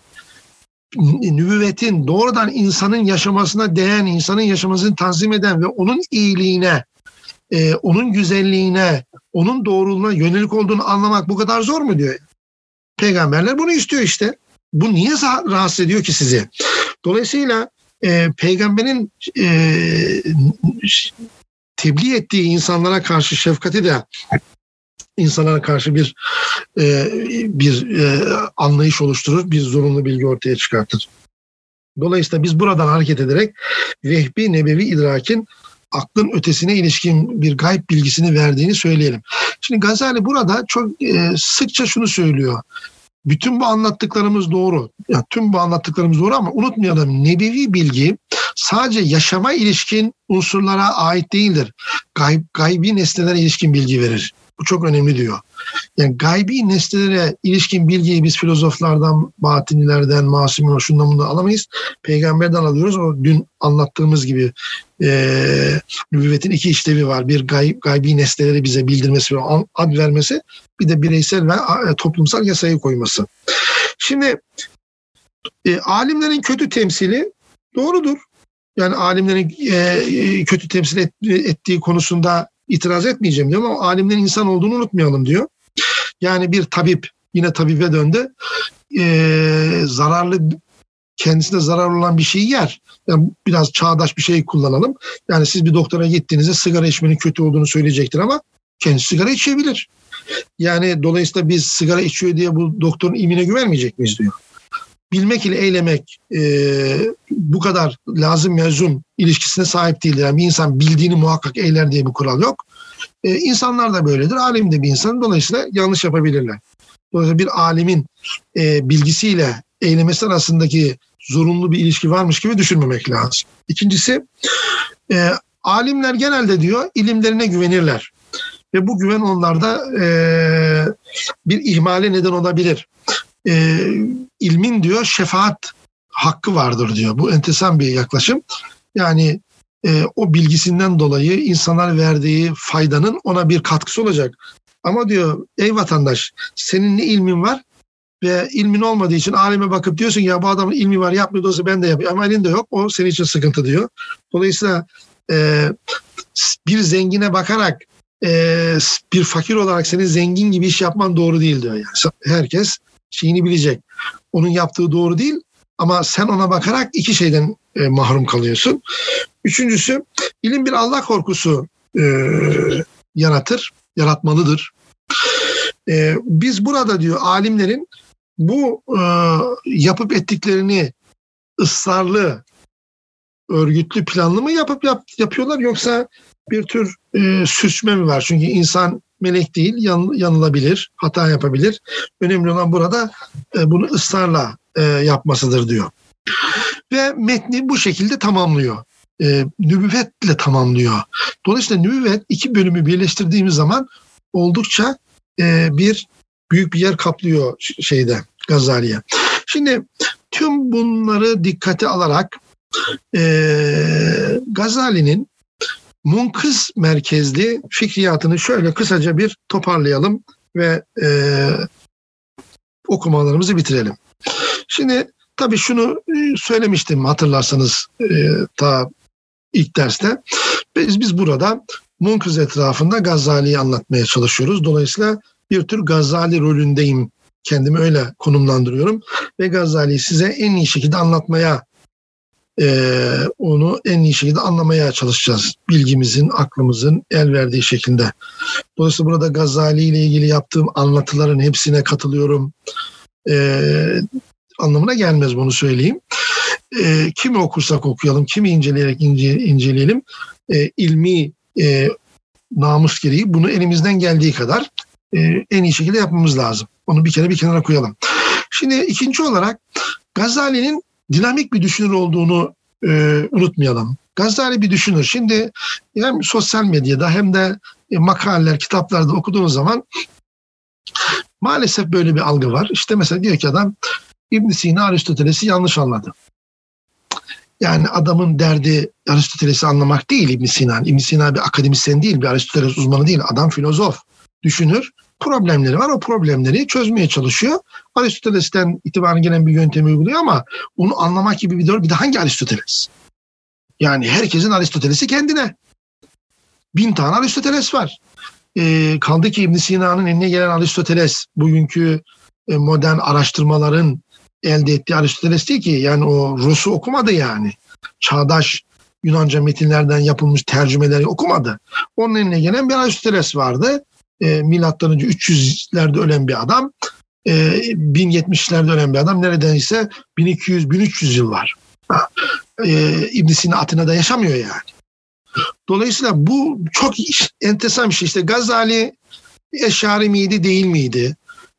Nübüvvetin doğrudan insanın yaşamasına değen, insanın yaşamasını tanzim eden ve onun iyiliğine, onun güzelliğine, onun doğruluğuna yönelik olduğunu anlamak bu kadar zor mu diyor. Peygamberler bunu istiyor işte. Bu niye rahatsız ediyor ki sizi? Dolayısıyla peygamberin tebliğ ettiği insanlara karşı şefkati de insanlara karşı bir anlayış oluşturur, bir zorunlu bilgi ortaya çıkartır. Dolayısıyla biz buradan hareket ederek vehbi nebevi idrakin aklın ötesine ilişkin bir gayb bilgisini verdiğini söyleyelim. Şimdi Gazali burada çok sıkça şunu söylüyor. bütün bu anlattıklarımız doğru. Yani tüm bu anlattıklarımız doğru ama unutmayalım, nebevi bilgi sadece yaşama ilişkin unsurlara ait değildir. Gaybi nesnelere ilişkin bilgi verir. Bu çok önemli diyor. Yani gaybi nesnelere ilişkin bilgiyi biz filozoflardan, batinilerden, masumun şundan bundan alamayız. Peygamberden alıyoruz. O dün anlattığımız gibi nübüvvetin iki işlevi var. Bir gaybi nesneleri bize bildirmesi ve ad vermesi, bir de bireysel ve toplumsal yasayı koyması. Şimdi alimlerin kötü temsili doğrudur. Yani alimlerin kötü temsil ettiği konusunda itiraz etmeyeceğim diyor ama alimlerin insan olduğunu unutmayalım diyor. Yani bir tabip, yine tabibe döndü, kendisine zararlı olan bir şeyi yer. Yani biraz çağdaş bir şey kullanalım. Yani siz bir doktora gittiğinizde sigara içmenin kötü olduğunu söyleyecektir ama kendisi sigara içebilir. Yani dolayısıyla biz sigara içiyor diye bu doktorun ilmine güvenmeyecek miyiz diyor. Bilmek ile eylemek bu kadar lazım mezun ilişkisine sahip değildir. Yani bir insan bildiğini muhakkak eyler diye bir kural yok. İnsanlar da böyledir. Alim de bir insan. Dolayısıyla yanlış yapabilirler. Dolayısıyla bir alimin bilgisiyle eylemesi arasındaki zorunlu bir ilişki varmış gibi düşünmemek lazım. İkincisi, alimler genelde diyor ilimlerine güvenirler. Ve bu güven onlarda bir ihmale neden olabilir. İlmin diyor şefaat hakkı vardır diyor. Bu enteresan bir yaklaşım. Yani o bilgisinden dolayı insanlar verdiği faydanın ona bir katkısı olacak. Ama diyor ey vatandaş, senin ne ilmin var ve ilmin olmadığı için alime bakıp diyorsun ya bu adamın ilmi var, yapmıyor, dolayısıyla ben de yapayım ama elinde yok, o senin için sıkıntı diyor. Dolayısıyla bir zengine bakarak bir fakir olarak senin zengin gibi iş yapman doğru değil diyor. Yani herkes şeyini bilecek. Onun yaptığı doğru değil ama sen ona bakarak iki şeyden mahrum kalıyorsun. Üçüncüsü, ilim bir Allah korkusu yaratmalıdır. Biz burada diyor alimlerin bu yapıp ettiklerini ısrarlı, örgütlü, planlı mı yapıyorlar yoksa bir tür süsme mi var? Çünkü insan melek değil, yanılabilir, hata yapabilir. Önemli olan burada bunu ısrarla yapmasıdır diyor. Ve metni bu şekilde tamamlıyor. Nübüvvetle tamamlıyor. Dolayısıyla nübüvvet iki bölümü birleştirdiğimiz zaman oldukça büyük bir yer kaplıyor Gazali'ye. Şimdi tüm bunları dikkate alarak Gazali'nin munkız merkezli fikriyatını şöyle kısaca bir toparlayalım ve okumalarımızı bitirelim. Şimdi tabii şunu söylemiştim hatırlarsanız ta ilk derste. Biz burada munkız etrafında Gazali'yi anlatmaya çalışıyoruz. Dolayısıyla bir tür Gazali rolündeyim. Kendimi öyle konumlandırıyorum. Ve Gazali'yi size en iyi şekilde anlatmaya, onu en iyi şekilde anlamaya çalışacağız. Bilgimizin, aklımızın el verdiği şekilde. Dolayısıyla burada Gazali ile ilgili yaptığım anlatıların hepsine katılıyorum. Anlamına gelmez, bunu söyleyeyim. Kimi okursak okuyalım, kimi inceleyerek inceleyelim. İlmi namus gereği bunu elimizden geldiği kadar en iyi şekilde yapmamız lazım. Onu bir kere bir kenara koyalım. Şimdi ikinci olarak Gazali'nin dinamik bir düşünür olduğunu unutmayalım. Gazali bir düşünür. Şimdi hem sosyal medyada hem de makaleler, kitaplarda okuduğunuz zaman maalesef böyle bir algı var. İşte mesela diyor ki adam İbn Sina Aristoteles'i yanlış anladı. Yani adamın derdi Aristoteles'i anlamak değil İbn Sina. İbn Sina bir akademisyen değil, bir Aristoteles uzmanı değil. Adam filozof, düşünür. Problemleri var. O problemleri çözmeye çalışıyor. Aristoteles'ten itibaren gelen bir yöntemi uyguluyor ama onu anlamak gibi bir de hangi Aristoteles? Yani herkesin Aristoteles'i kendine. 1000 tane Aristoteles var. Kaldı ki İbn Sina'nın eline gelen Aristoteles bugünkü modern araştırmaların elde ettiği Aristoteles değil ki. Yani o Ross'u okumadı yani. Çağdaş Yunanca metinlerden yapılmış tercümeleri okumadı. Onun eline gelen bir Aristoteles vardı. Milattan önce 300'lerde ölen bir adam. 1070'lerde ölen bir adam. Neredeyse 1200-1300 yıl var. İbn Sina Atina'da yaşamıyor yani. Dolayısıyla bu çok enteresan bir şey. İşte Gazali Eşari miydi, değil miydi?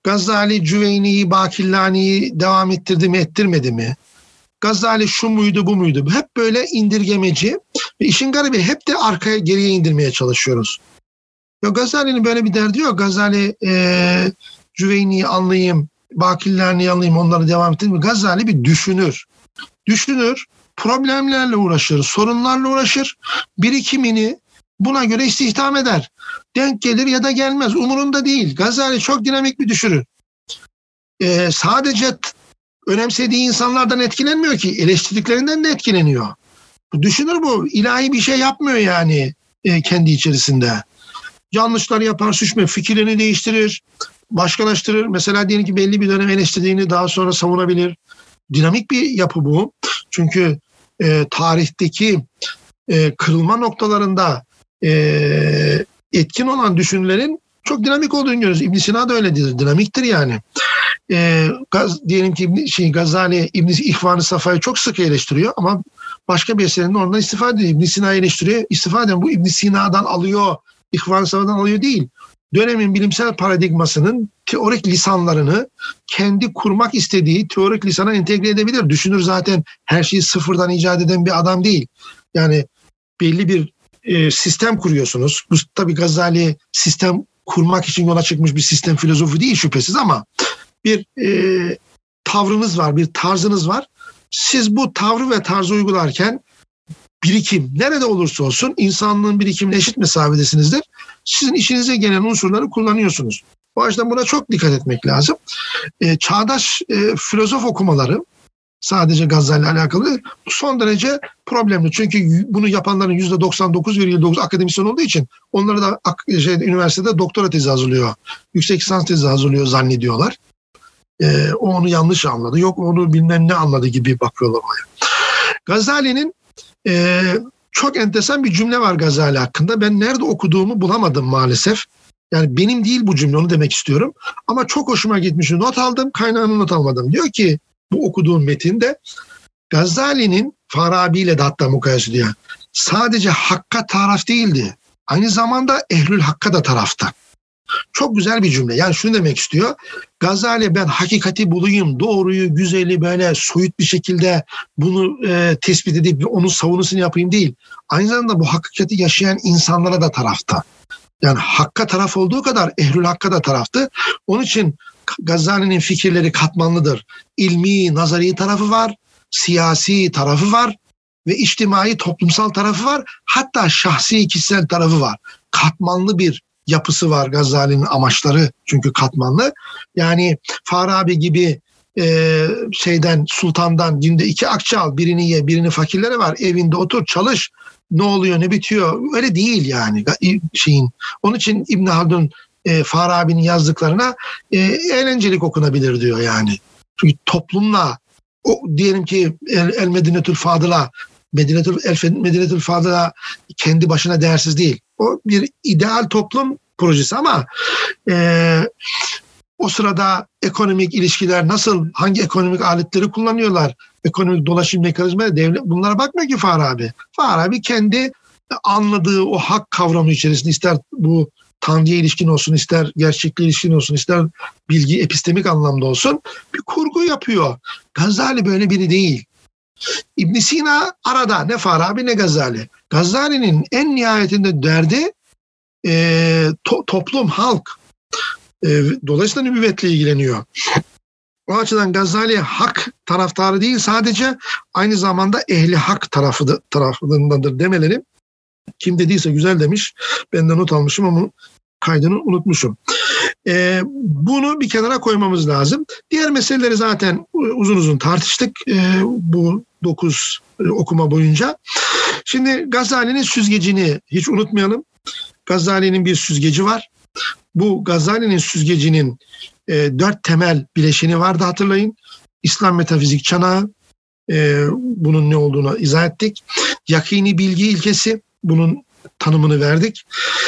Gazali Cüveyni'yi, Bakillani'yi devam ettirdi mi, ettirmedi mi? Gazali şu muydu, bu muydu? Hep böyle indirgemeci ve işin garibi hep de arkaya, geriye indirmeye çalışıyoruz. Ya Gazali'nin böyle bir derdi yok. Gazali Cüveyni'yi anlayayım, Bakillani'yi anlayayım, onları devam ettireyim. Gazali bir düşünür. Düşünür, problemlerle uğraşır, sorunlarla uğraşır, birikimini buna göre istihdam eder. Denk gelir ya da gelmez, umurunda değil. Gazali çok dinamik bir düşünür. Sadece önemsediği insanlardan etkilenmiyor ki, eleştirdiklerinden de etkileniyor. Düşünür bu, ilahi bir şey yapmıyor yani kendi içerisinde. Yanlışlar yapar, suçmuyor, fikirlerini değiştirir, başkalaştırır. Mesela diyelim ki belli bir dönem eleştirdiğini daha sonra savunabilir. Dinamik bir yapı bu. Çünkü tarihteki kırılma noktalarında etkin olan düşünürlerin çok dinamik olduğunu görüyoruz. İbn Sina da öyledir, dinamiktir yani. Diyelim ki Gazali İhvan-ı Safa'yı çok sık eleştiriyor ama başka bir eserinde ondan istifade ediyor. İbn Sina'yı eleştiriyor, istifade ediyor. Bu İbn Sina'dan alıyor, İhvan-ı Safa'dan alıyor değil. Dönemin bilimsel paradigmasının teorik lisanlarını kendi kurmak istediği teorik lisana entegre edebilir. Düşünür zaten, her şeyi sıfırdan icat eden bir adam değil. Yani belli bir sistem kuruyorsunuz. Bu tabii Gazali sistem kurmak için yola çıkmış bir sistem filozofu değil şüphesiz ama bir tavrınız var, bir tarzınız var. Siz bu tavrı ve tarzı uygularken birikim nerede olursa olsun insanlığın birikimine eşit mesafelerdesinizdir. Sizin işinize gelen unsurları kullanıyorsunuz. Bu açıdan buna çok dikkat etmek lazım. Çağdaş filozof okumaları sadece Gazali ile alakalı son derece problemli. Çünkü bunu yapanların %99,9 akademisyen olduğu için onları da üniversitede doktora tezi hazırlıyor. Yüksek lisans tezi hazırlıyor zannediyorlar. O onu yanlış anladı. Yok onu bilmem ne anladı gibi bakıyorlar oraya. Gazali'nin çok enteresan bir cümle var Gazali hakkında. Ben nerede okuduğumu bulamadım maalesef. Yani benim değil bu cümle, onu demek istiyorum. Ama çok hoşuma gitmiş. Not aldım, kaynağını not almadım. Diyor ki bu okuduğum metinde Gazali'nin Farabi ile de hatta mukayese ediyor. Sadece hakka taraf değildi. Aynı zamanda ehlül hakka da tarafta. Çok güzel bir cümle. Yani şunu demek istiyor. Gazali ben hakikati bulayım, doğruyu, güzeli böyle soyut bir şekilde bunu tespit edip onun savunusunu yapayım değil. Aynı zamanda bu hakikati yaşayan insanlara da tarafta. Yani hakka taraf olduğu kadar ehlül hakka da taraftı. Onun için Gazali'nin fikirleri katmanlıdır. İlmi, nazari tarafı var, siyasi tarafı var ve içtimai, toplumsal tarafı var. Hatta şahsi, kişisel tarafı var. Katmanlı bir yapısı var Gazali'nin amaçları çünkü katmanlı. Yani Farabi gibi sultandan günde 2 akçe al, birini ye, birini fakirlere ver, evinde otur, çalış. Ne oluyor, ne bitiyor? Öyle değil yani Onun için İbn Haldun Farabi'nin yazdıklarına eğlencelik okunabilir diyor yani. Çünkü toplumla diyelim ki Medinetül Fadıl'a Medinetül Fadıl'a kendi başına değersiz değil. O bir ideal toplum projesi ama o sırada ekonomik ilişkiler nasıl, hangi ekonomik aletleri kullanıyorlar, ekonomik dolaşım mekanizmaları, devlet, bunlara bakmıyor ki Farabi. Farabi kendi anladığı o hak kavramı içerisinde, ister bu Tanrı'ya ilişkin olsun, ister gerçekliğe ilişkin olsun, ister bilgi epistemik anlamda olsun bir kurgu yapıyor. Gazali böyle biri değil. İbn Sina arada, ne Farabi ne Gazali. Gazali'nin en nihayetinde derdi toplum, halk. Dolayısıyla nübüvvetle ilgileniyor. O açıdan Gazali hak taraftarı değil sadece, aynı zamanda ehli hak tarafındadır demeleri. Kim dediyse güzel demiş. Ben de not almışım ama kaydını unutmuşum. Bunu bir kenara koymamız lazım. Diğer meseleleri zaten uzun uzun tartıştık bu 9 okuma boyunca. Şimdi Gazali'nin süzgecini hiç unutmayalım. Gazali'nin bir süzgeci var. Bu Gazali'nin süzgecinin 4 temel bileşeni vardı, hatırlayın. İslam metafizik çanağı, bunun ne olduğunu izah ettik. Yakini bilgi ilkesi, bunun tanımını verdik.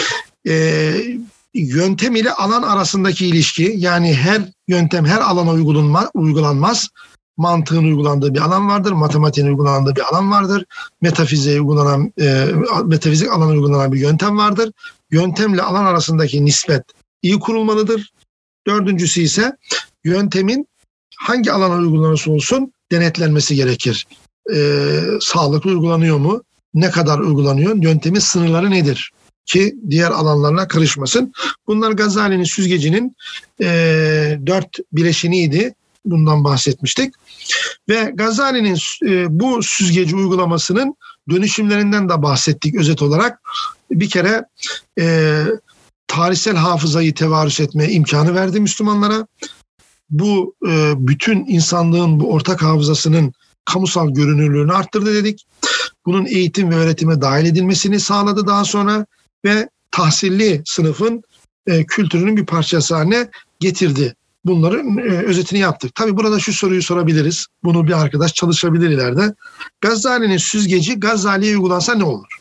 Yöntem ile alan arasındaki ilişki, yani her yöntem her alana uygulanmaz. Mantığın uygulandığı bir alan vardır, matematiğin uygulandığı bir alan vardır, metafizik alana uygulanan bir yöntem vardır. Yöntemle alan arasındaki nispet iyi kurulmalıdır. Dördüncüsü ise yöntemin hangi alana uygulanırsa olsun denetlenmesi gerekir. Sağlıklı uygulanıyor mu? Ne kadar uygulanıyor? Yöntemin sınırları nedir? Ki diğer alanlarına karışmasın. Bunlar Gazali'nin süzgecinin 4 bileşeniydi. Bundan bahsetmiştik. Ve Gazali'nin bu süzgeci uygulamasının dönüşümlerinden de bahsettik özet olarak. Bir kere tarihsel hafızayı tevarüs etme imkanı verdi Müslümanlara. Bu bütün insanlığın bu ortak hafızasının kamusal görünürlüğünü arttırdı dedik. Bunun eğitim ve öğretime dahil edilmesini sağladı daha sonra ve tahsilli sınıfın kültürünün bir parçası haline getirdi. Bunların özetini yaptık. Tabii burada şu soruyu sorabiliriz. Bunu bir arkadaş çalışabilir ileride. Gazali'nin süzgeci Gazali'ye uygulansa ne olur?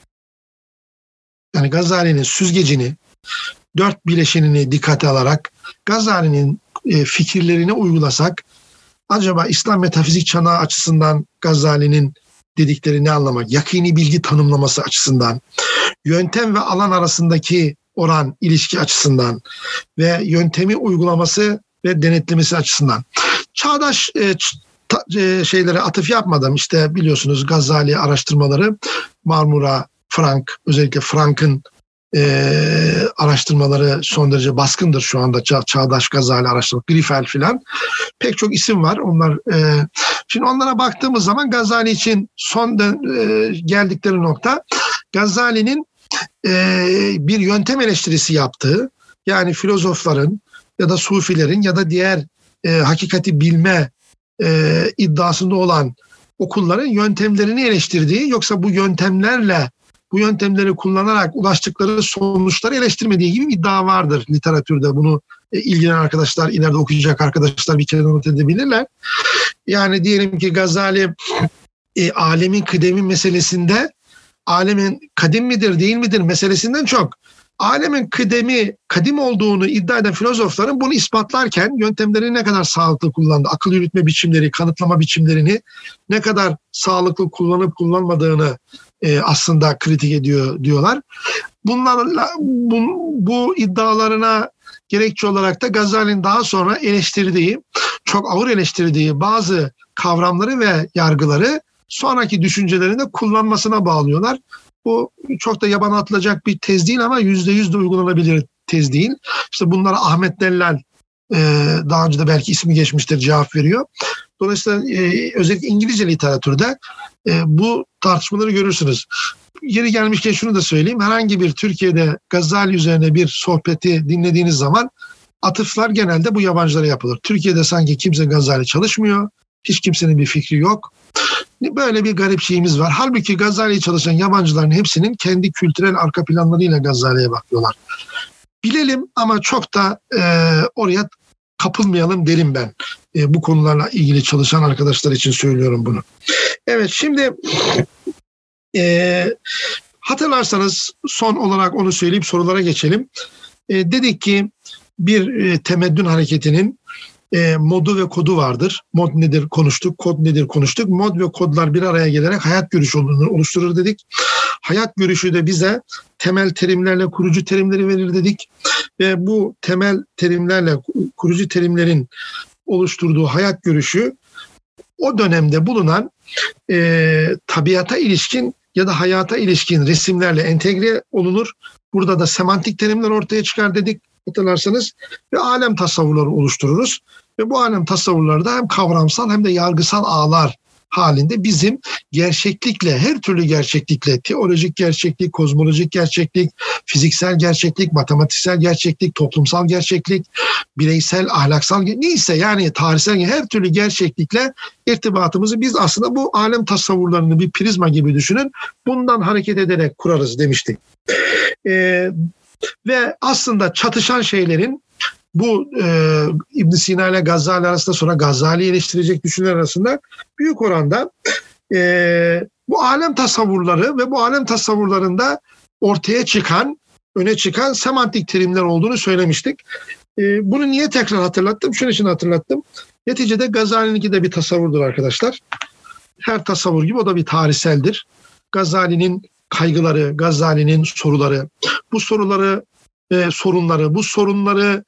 Yani Gazali'nin süzgecini 4 bileşenini dikkate alarak Gazali'nin fikirlerini uygulasak acaba İslam metafizik çanağı açısından Gazali'nin dedikleri ne anlamak? Yakini bilgi tanımlaması açısından, yöntem ve alan arasındaki oran ilişki açısından ve yöntemi uygulaması ve denetlemesi açısından. Çağdaş şeylere atıf yapmadım. İşte biliyorsunuz Gazali araştırmaları, Marmura, Frank, özellikle Frank'ın araştırmaları son derece baskındır şu anda. Çağdaş Gazali araştırma, Grifel filan. Pek çok isim var. Onlar şimdi onlara baktığımız zaman Gazali için son geldikleri nokta Gazali'nin bir yöntem eleştirisi yaptığı, yani filozofların ya da sufilerin ya da diğer hakikati bilme iddiasında olan okulların yöntemlerini eleştirdiği, yoksa bu yöntemleri kullanarak ulaştıkları sonuçları eleştirmediği gibi bir iddia vardır literatürde. Bunu ilgilenen arkadaşlar, ileride okuyacak arkadaşlar bir kere not edebilirler. Yani diyelim ki Gazali alemin kıdemi meselesinde, alemin kadim midir değil midir meselesinden çok alemin kadim olduğunu iddia eden filozofların bunu ispatlarken yöntemlerini ne kadar sağlıklı kullandı, akıl yürütme biçimleri, kanıtlama biçimlerini ne kadar sağlıklı kullanıp kullanmadığını aslında kritik ediyor diyorlar. Bunlarla bu iddialarına gerekçe olarak da Gazali'nin daha sonra çok ağır eleştirdiği bazı kavramları ve yargıları sonraki düşüncelerinde kullanmasına bağlıyorlar. Bu çok da yabana atılacak bir tez değil ama %100 de uygulanabilir tez değil. İşte bunlara Ahmet Dellal daha önce de belki ismi geçmiştir cevap veriyor. Dolayısıyla özellikle İngilizce literatürde bu tartışmaları görürsünüz. Yeri gelmişken şunu da söyleyeyim. Herhangi bir Türkiye'de Gazali üzerine bir sohbeti dinlediğiniz zaman atıflar genelde bu yabancılara yapılır. Türkiye'de sanki kimse Gazali çalışmıyor. Hiç kimsenin bir fikri yok. Böyle bir garip şeyimiz var. Halbuki Gazali'yi çalışan yabancıların hepsinin kendi kültürel arka planlarıyla Gazali'ye bakıyorlar. Bilelim ama çok da oraya kapılmayalım derim ben. Bu konularla ilgili çalışan arkadaşlar için söylüyorum bunu. Evet, şimdi hatırlarsanız son olarak onu söyleyip sorulara geçelim. Dedik ki bir temeddün hareketinin modu ve kodu vardır. Mod nedir konuştuk, kod nedir konuştuk. Mod ve kodlar bir araya gelerek hayat görüşü oluşturur dedik. Hayat görüşü de bize temel terimlerle kurucu terimleri verir dedik. Ve bu temel terimlerle kurucu terimlerin oluşturduğu hayat görüşü o dönemde bulunan tabiata ilişkin ya da hayata ilişkin resimlerle entegre olunur. Burada da semantik terimler ortaya çıkar dedik hatırlarsanız ve alem tasavvurları oluştururuz. Ve bu alem tasavvurları da hem kavramsal hem de yargısal ağlar halinde bizim gerçeklikle, her türlü gerçeklikle, teolojik gerçeklik, kozmolojik gerçeklik, fiziksel gerçeklik, matematiksel gerçeklik, toplumsal gerçeklik, bireysel, ahlaksal, neyse yani tarihsel her türlü gerçeklikle irtibatımızı biz aslında bu alem tasavvurlarını bir prizma gibi düşünün. Bundan hareket ederek kurarız demiştik. Ve aslında çatışan şeylerin bu İbn Sina ile Gazali arasında, sonra Gazali'yi eleştirecek düşünceler arasında büyük oranda bu alem tasavvurları ve bu alem tasavvurlarında öne çıkan semantik terimler olduğunu söylemiştik. Bunu niye tekrar hatırlattım? Şunun için hatırlattım. Neticede Gazali'ninki de bir tasavvurdur arkadaşlar. Her tasavvur gibi o da bir tarihseldir. Gazali'nin kaygıları, Gazali'nin soruları, bu sorunları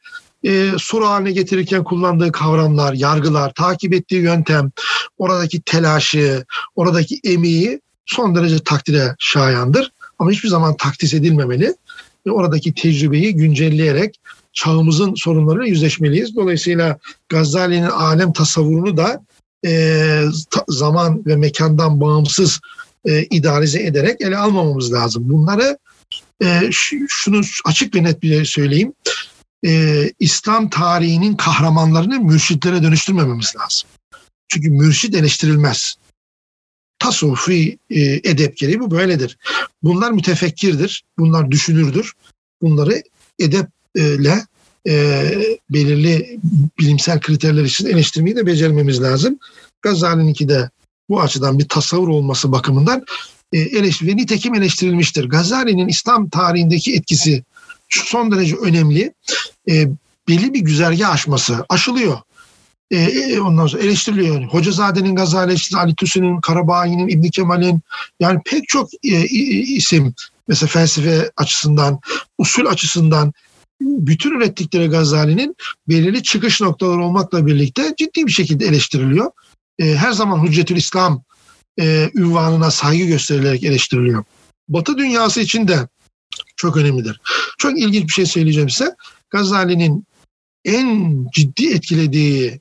soru haline getirirken kullandığı kavramlar, yargılar, takip ettiği yöntem, oradaki telaşı, oradaki emeği son derece takdire şayandır. Ama hiçbir zaman takdis edilmemeli ve oradaki tecrübeyi güncelleyerek çağımızın sorunlarıyla yüzleşmeliyiz. Dolayısıyla Gazali'nin alem tasavvurunu da zaman ve mekandan bağımsız idealize ederek ele almamamız lazım. Bunları şunu açık ve net bir söyleyeyim. İslam tarihinin kahramanlarını mürşitlere dönüştürmememiz lazım. Çünkü mürşit eleştirilmez. Tasavvufi edep gereği bu böyledir. Bunlar mütefekkirdir, bunlar düşünürdür. Bunları edeple belirli bilimsel kriterler için eleştirmeyi de becermemiz lazım. Gazali'ninki de bu açıdan bir tasavvur olması bakımından ve nitekim eleştirilmiştir. Gazali'nin İslam tarihindeki etkisi son derece önemli. Belli bir güzergah aşılıyor. Ondan sonra eleştiriliyor. Hocazade'nin Gazali, Ali Tüsü'nün, Karabaği'nin, İbn Kemal'in, yani pek çok isim mesela felsefe açısından, usul açısından bütün ürettikleri Gazali'nin belirli çıkış noktaları olmakla birlikte ciddi bir şekilde eleştiriliyor. Her zaman Hüccetül İslam ünvanına saygı gösterilerek eleştiriliyor. Batı dünyası için de çok önemlidir. Çok ilginç bir şey söyleyeceğim size. Gazali'nin en ciddi etkilediği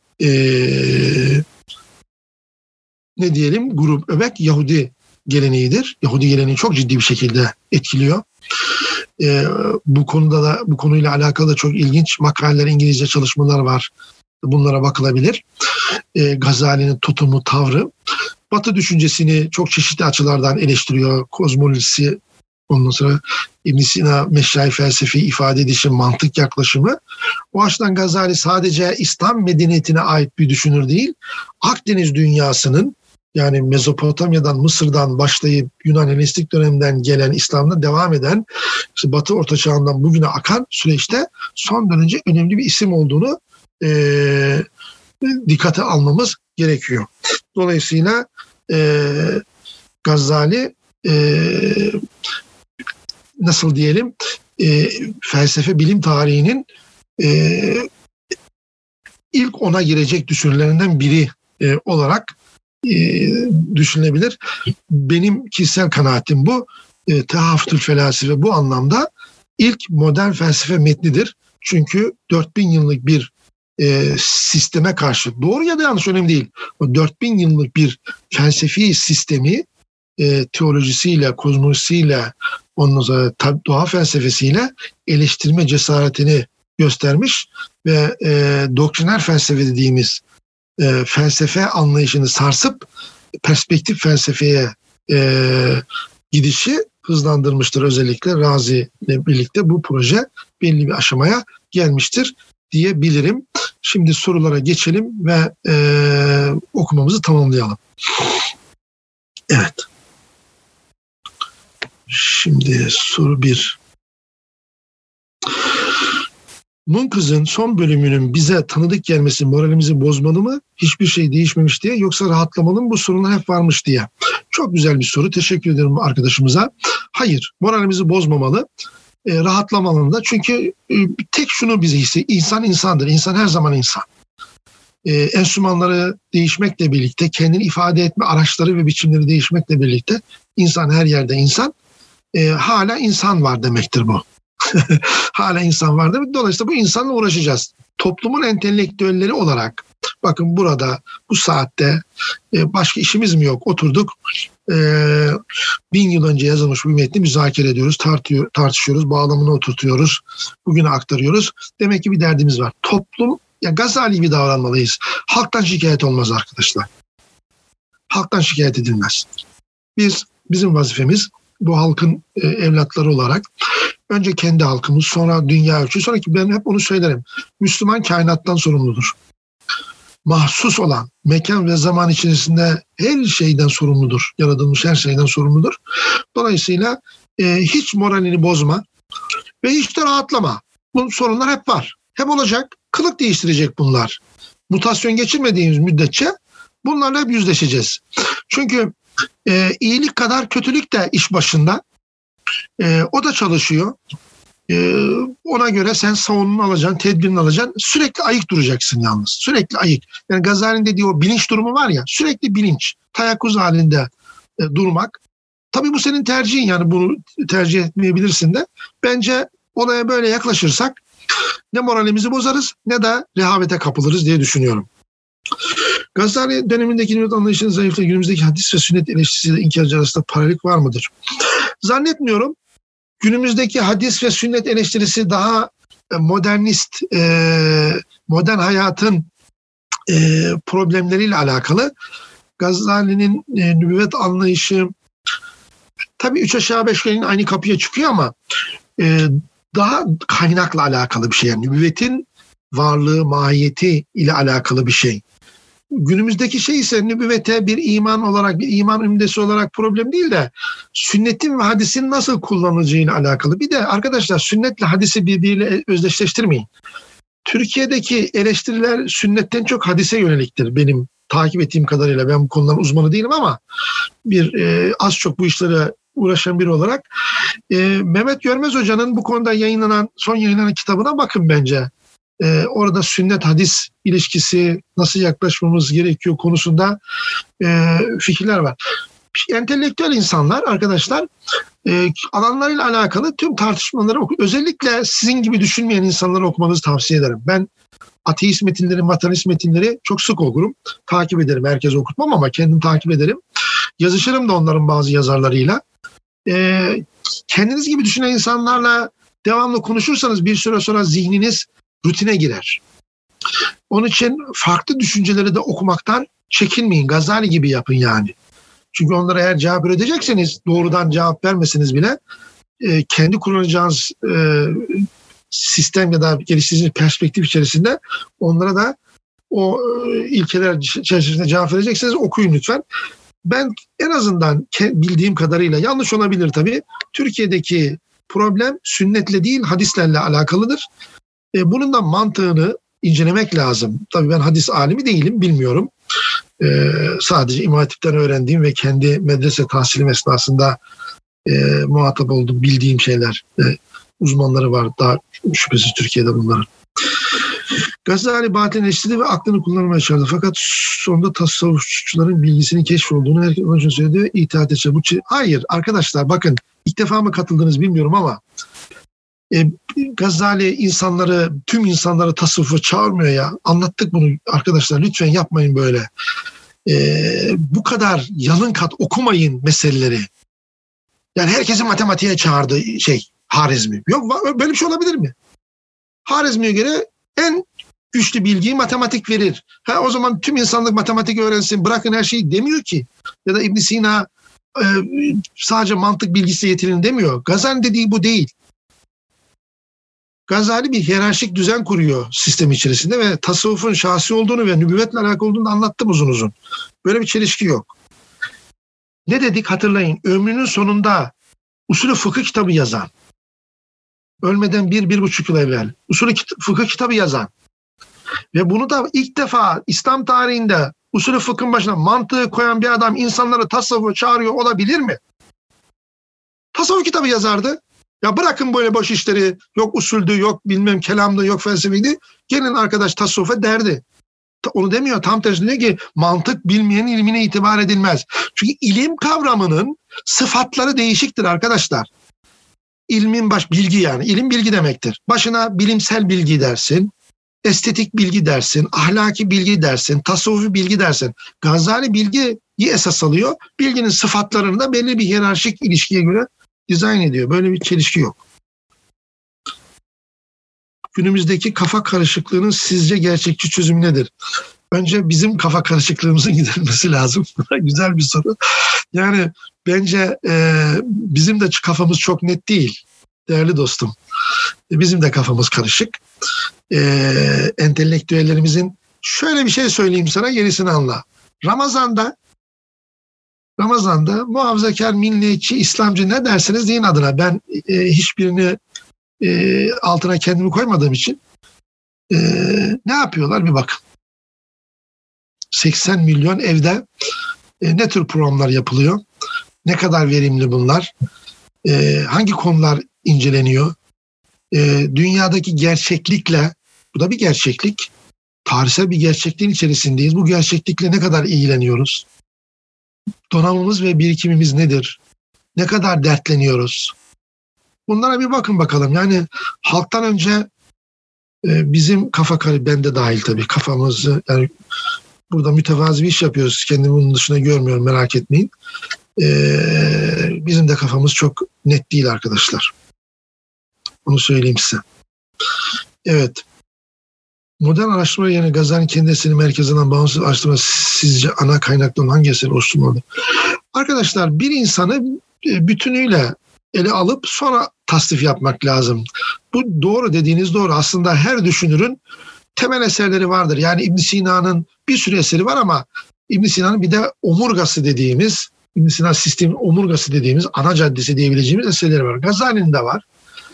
grup öbek Yahudi geleneğidir. Yahudi geleneği çok ciddi bir şekilde etkiliyor. Bu konuyla alakalı da çok ilginç makaleler, İngilizce çalışmalar var. Bunlara bakılabilir. Gazali'nin tutumu, tavrı. Batı düşüncesini çok çeşitli açılardan eleştiriyor. Kozmolojisi, ondan sonra İbn Sina meşayi felsefi ifade edişi, mantık yaklaşımı. O açıdan Gazali sadece İslam medeniyetine ait bir düşünür değil, Akdeniz dünyasının, yani Mezopotamya'dan, Mısır'dan başlayıp Yunan Helenistik döneminden gelen İslam'da devam eden, işte Batı Orta Çağ'ından bugüne akan süreçte son derece önemli bir isim olduğunu dikkate almamız gerekiyor. Dolayısıyla Gazali nasıl diyelim, felsefe bilim tarihinin ilk ona girecek düşünürlerinden biri olarak düşünülebilir. Benim kişisel kanaatim bu. Tehafütül Felasife bu anlamda ilk modern felsefe metnidir. Çünkü 4000 yıllık bir sisteme karşı, doğru ya da yanlış önemli değil, o 4000 yıllık bir felsefi sistemi teolojisiyle, kozmolojisiyle, ondan sonra doğa felsefesiyle eleştirme cesaretini göstermiş ve doktriner felsefe dediğimiz felsefe anlayışını sarsıp perspektif felsefeye gidişi hızlandırmıştır. Özellikle Razi ile birlikte bu proje belli bir aşamaya gelmiştir diyebilirim. Şimdi sorulara geçelim ve okumamızı tamamlayalım. Evet. Şimdi soru 1. Munkız'ın son bölümünün bize tanıdık gelmesi moralimizi bozmalı mı? Hiçbir şey değişmemiş diye, yoksa rahatlamalı mı? Bu sorunlar hep varmış diye. Çok güzel bir soru. Teşekkür ederim arkadaşımıza. Hayır, moralimizi bozmamalı. Rahatlamalı da. Çünkü tek şunu bize hissediyor. İnsan insandır. İnsan her zaman insan. Enstrümanları değişmekle birlikte, kendini ifade etme araçları ve biçimleri değişmekle birlikte insan her yerde insan. Hala insan var demektir bu. Hala insan var demek. Dolayısıyla bu insanla uğraşacağız. Toplumun entelektüelleri olarak, bakın burada bu saatte başka işimiz mi yok? Oturduk 1000 yıl önce yazılmış bir metni müzakere ediyoruz, tartışıyoruz, bağlamını oturtuyoruz, bugüne aktarıyoruz. Demek ki bir derdimiz var. Toplum, ya Gazali gibi davranmalıyız. Halktan şikayet olmaz arkadaşlar. Halktan şikayet edilmez. Bizim vazifemiz bu halkın evlatları olarak önce kendi halkımız, sonra dünya ölçü, sonra ki ben hep onu söylerim. Müslüman kainattan sorumludur. Mahsus olan mekan ve zaman içerisinde her şeyden sorumludur. Yaratılmış her şeyden sorumludur. Dolayısıyla hiç moralini bozma ve hiç de rahatlama. Bu sorunlar hep var. Hep olacak. Kılık değiştirecek bunlar. Mutasyon geçirmediğimiz müddetçe bunlarla hep yüzleşeceğiz. Çünkü iyilik kadar kötülük de iş başında. O da çalışıyor. Ona göre sen savununu alacaksın, tedbirini alacaksın. Sürekli ayık duracaksın yalnız. Sürekli ayık. Yani Gazali'nin dediği o bilinç durumu var ya, sürekli bilinç, teyakkuz halinde durmak. Tabii bu senin tercihin, yani bunu tercih etmeyebilirsin de. Bence olaya böyle yaklaşırsak ne moralimizi bozarız ne de rehavete kapılırız diye düşünüyorum. Gazali dönemindeki nübüvvet anlayışının zayıflığı günümüzdeki hadis ve sünnet eleştirisiyle inkarcı arasında paralellik var mıdır? Zannetmiyorum. Günümüzdeki hadis ve sünnet eleştirisi daha modernist, modern hayatın problemleriyle alakalı. Gazali'nin nübüvvet anlayışı tabii 3 aşağı 5 yukarı aynı kapıya çıkıyor ama daha kaynakla alakalı bir şey. Yani nübüvvetin varlığı, mahiyeti ile alakalı bir şey. Günümüzdeki şey ise nübüvvete bir iman olarak, bir iman ümdesi olarak problem değil de sünnetin ve hadisin nasıl kullanılacağıyla alakalı. Bir de arkadaşlar sünnetle hadisi birbiriyle özdeşleştirmeyin. Türkiye'deki eleştiriler sünnetten çok hadise yöneliktir benim takip ettiğim kadarıyla. Ben bu konuların uzmanı değilim ama az çok bu işlere uğraşan biri olarak Mehmet Görmez Hoca'nın bu konuda son yayınlanan kitabına bakın bence. Orada sünnet hadis ilişkisi nasıl yaklaşmamız gerekiyor konusunda fikirler var. Entelektüel insanlar arkadaşlar alanlarıyla alakalı tüm tartışmaları özellikle sizin gibi düşünmeyen insanları okumanızı tavsiye ederim. Ben ateist metinleri, materyalist metinleri çok sık okurum. Takip ederim. Herkese okutmam ama kendim takip ederim. Yazışırım da onların bazı yazarlarıyla. Kendiniz gibi düşünen insanlarla devamlı konuşursanız bir süre sonra zihniniz rutine girer. Onun için farklı düşünceleri de okumaktan çekinmeyin. Gazali gibi yapın yani. Çünkü onlara eğer cevap üretecekseniz doğrudan cevap vermeseniz bile kendi kullanacağınız sistem ya da geliştirdiğiniz perspektif içerisinde onlara da o ilkeler içerisinde cevap verecekseniz okuyun lütfen. Ben en azından bildiğim kadarıyla, yanlış olabilir tabii, Türkiye'deki problem sünnetle değil hadislerle alakalıdır. Bunun da mantığını incelemek lazım. Tabii ben hadis alimi değilim, bilmiyorum. Sadece İmam Hatip'ten öğrendiğim ve kendi medrese tahsilim esnasında muhatap olduğum, bildiğim şeyler. Uzmanları var daha şüphesiz Türkiye'de bunların. Gazali batın eleştirdi ve aklını kullanmaya çağırdı. Fakat sonunda tasavvufçuların bilgisinin keşfolduğunu herkes onun için söyledi ve itaat edecek. Hayır arkadaşlar, bakın ilk defa mı katıldınız bilmiyorum ama Gazali tüm insanları tasavvufa çağırmıyor ya. Anlattık bunu arkadaşlar, lütfen yapmayın böyle. Bu kadar yalın kat okumayın meseleleri. Yani herkesin matematiğe çağırdığı Harizmi. Yok, böyle bir şey olabilir mi? Harizmi'ye göre en güçlü bilgiyi matematik verir. O zaman tüm insanlık matematik öğrensin, bırakın her şeyi demiyor ki. Ya da İbn Sina sadece mantık bilgisi yetirin demiyor. Gazali dediği bu değil. Gazali bir hiyerarşik düzen kuruyor sistem içerisinde ve tasavvufun şahsi olduğunu ve nübüvvetle alakalı olduğunu anlattım uzun uzun. Böyle bir çelişki yok. Ne dedik hatırlayın. Ömrünün sonunda usulü fıkıh kitabı yazan, ölmeden 1-1,5 yıl evvel usulü fıkıh kitabı yazan ve bunu da ilk defa İslam tarihinde usulü fıkhın başına mantığı koyan bir adam insanları tasavvufa çağırıyor olabilir mi? Tasavvuf kitabı yazardı. Ya bırakın böyle boş işleri, yok usuldü, yok bilmem kelamdı, yok felsefeydi. Gelin arkadaş tasavvufa derdi. Onu demiyor, tam tersine diyor ki mantık bilmeyenin ilmine itibar edilmez. Çünkü ilim kavramının sıfatları değişiktir arkadaşlar. İlmin bilgi yani. İlim bilgi demektir. Başına bilimsel bilgi dersin, estetik bilgi dersin, ahlaki bilgi dersin, tasavvufi bilgi dersin. Gazali bilgiyi esas alıyor. Bilginin sıfatlarını da belli bir hiyerarşik ilişkiye göre dizayn ediyor. Böyle bir çelişki yok. Günümüzdeki kafa karışıklığının sizce gerçekçi çözümü nedir? Bence bizim kafa karışıklığımızın giderilmesi lazım. Güzel bir soru. Yani bence bizim de kafamız çok net değil değerli dostum. Bizim de kafamız karışık. Entelektüellerimizin, şöyle bir şey söyleyeyim sana, gerisini anla. Ramazan'da muhafazakar, milliyetçi, İslamcı ne derseniz deyin adına. Ben hiçbirini altına kendimi koymadığım için ne yapıyorlar bir bakın. 80 milyon evde ne tür programlar yapılıyor? Ne kadar verimli bunlar? Hangi konular inceleniyor? dünyadaki gerçeklikle, bu da bir gerçeklik, tarihsel bir gerçekliğin içerisindeyiz. Bu gerçeklikle ne kadar ilgileniyoruz? Donanımımız ve birikimimiz nedir? Ne kadar dertleniyoruz? Bunlara bir bakın bakalım. Yani halktan önce bizim ben de dahil tabii kafamızı, yani burada mütevazi bir iş yapıyoruz. Kendimi bunun dışında görmüyorum, merak etmeyin. Bizim de kafamız çok net değil arkadaşlar. Bunu söyleyeyim size. Evet. Modern araştırma yani Gazali'nin kendi eseri merkezinden bağımsız araştırma sizce ana kaynakların hangi eseri oluşturmalı? Arkadaşlar, bir insanı bütünüyle ele alıp sonra tasnif yapmak lazım. Bu doğru, dediğiniz doğru. Aslında her düşünürün temel eserleri vardır. Yani İbn Sina'nın bir sürü eseri var ama İbn Sina'nın bir de omurgası dediğimiz, İbn Sina sistemin omurgası dediğimiz, ana caddesi diyebileceğimiz eserleri var. Gazali'nin de var.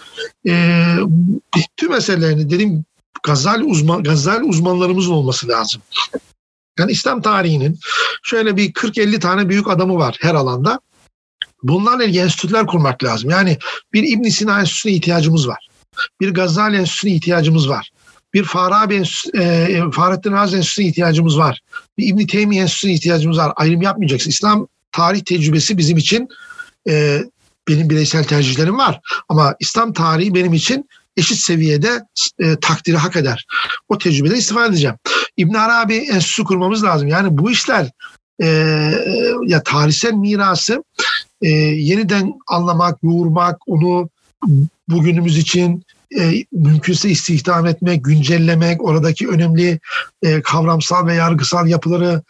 Tüm eserlerini dediğim Gazali uzmanlarımızın olması lazım. Yani İslam tarihinin şöyle bir 40-50 tane büyük adamı var her alanda. Bunlarla ilgili enstitüler kurmak lazım. Yani bir İbn Sina enstitüsüne ihtiyacımız var. Bir Gazali enstitüsüne ihtiyacımız var. Bir Fahrettin Razi enstitüsüne ihtiyacımız var. Bir İbn Teymiye enstitüsüne ihtiyacımız var. Ayrım yapmayacaksın. İslam tarih tecrübesi bizim için, benim bireysel tercihlerim var. Ama İslam tarihi benim için eşit seviyede takdiri hak eder. O tecrübeden istifade edeceğim. İbn Arabi enstitüsü kurmamız lazım. Yani bu işler ya tarihsel mirası yeniden anlamak, yoğurmak, onu bugünümüz için mümkünse istihdam etmek, güncellemek, oradaki önemli kavramsal ve yargısal yapıları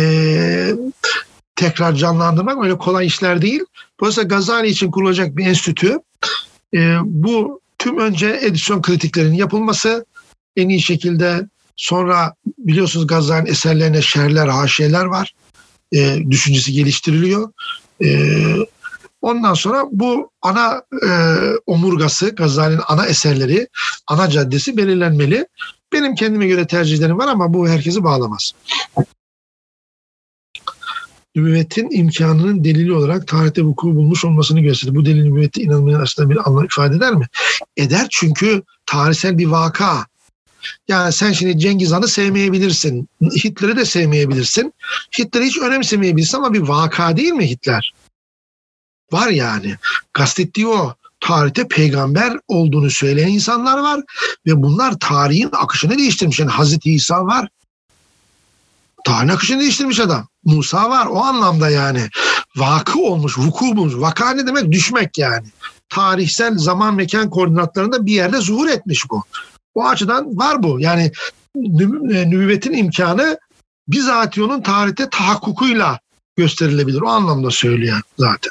tekrar canlandırmak öyle kolay işler değil. Dolayısıyla Gazali için kurulacak bir enstitü, bu tüm önce edisyon kritiklerinin yapılması en iyi şekilde, sonra biliyorsunuz Gazali'nin eserlerine şerhler, haşiyeler var. Düşüncesi geliştiriliyor. Ondan sonra bu ana omurgası, Gazali'nin ana eserleri, ana caddesi belirlenmeli. Benim kendime göre tercihlerim var ama bu herkesi bağlamaz. Nübüvvetin imkanının delili olarak tarihte vuku bulmuş olmasını gösterir. Bu delil nübüvvete inanmayan aslında bir anlam ifade eder mi? Eder, çünkü tarihsel bir vaka. Yani sen şimdi Cengiz Han'ı sevmeyebilirsin. Hitler'i de sevmeyebilirsin. Hitler'i hiç önemsemeyebilirsin ama bir vaka değil mi Hitler? Var yani. Kastettiği o. Tarihte peygamber olduğunu söyleyen insanlar var ve bunlar tarihin akışını değiştirmiş. Yani Hazreti İsa var. Tarihin akışını değiştirmiş adam. Musa var, o anlamda yani. Vakı olmuş, vuku bulmuş. Vaka ne demek? Düşmek yani. Tarihsel zaman mekan koordinatlarında bir yerde zuhur etmiş bu. O açıdan var bu. Yani nübüvvetin imkanı bizatihi onun tarihte tahakkukuyla gösterilebilir. O anlamda söylüyor zaten.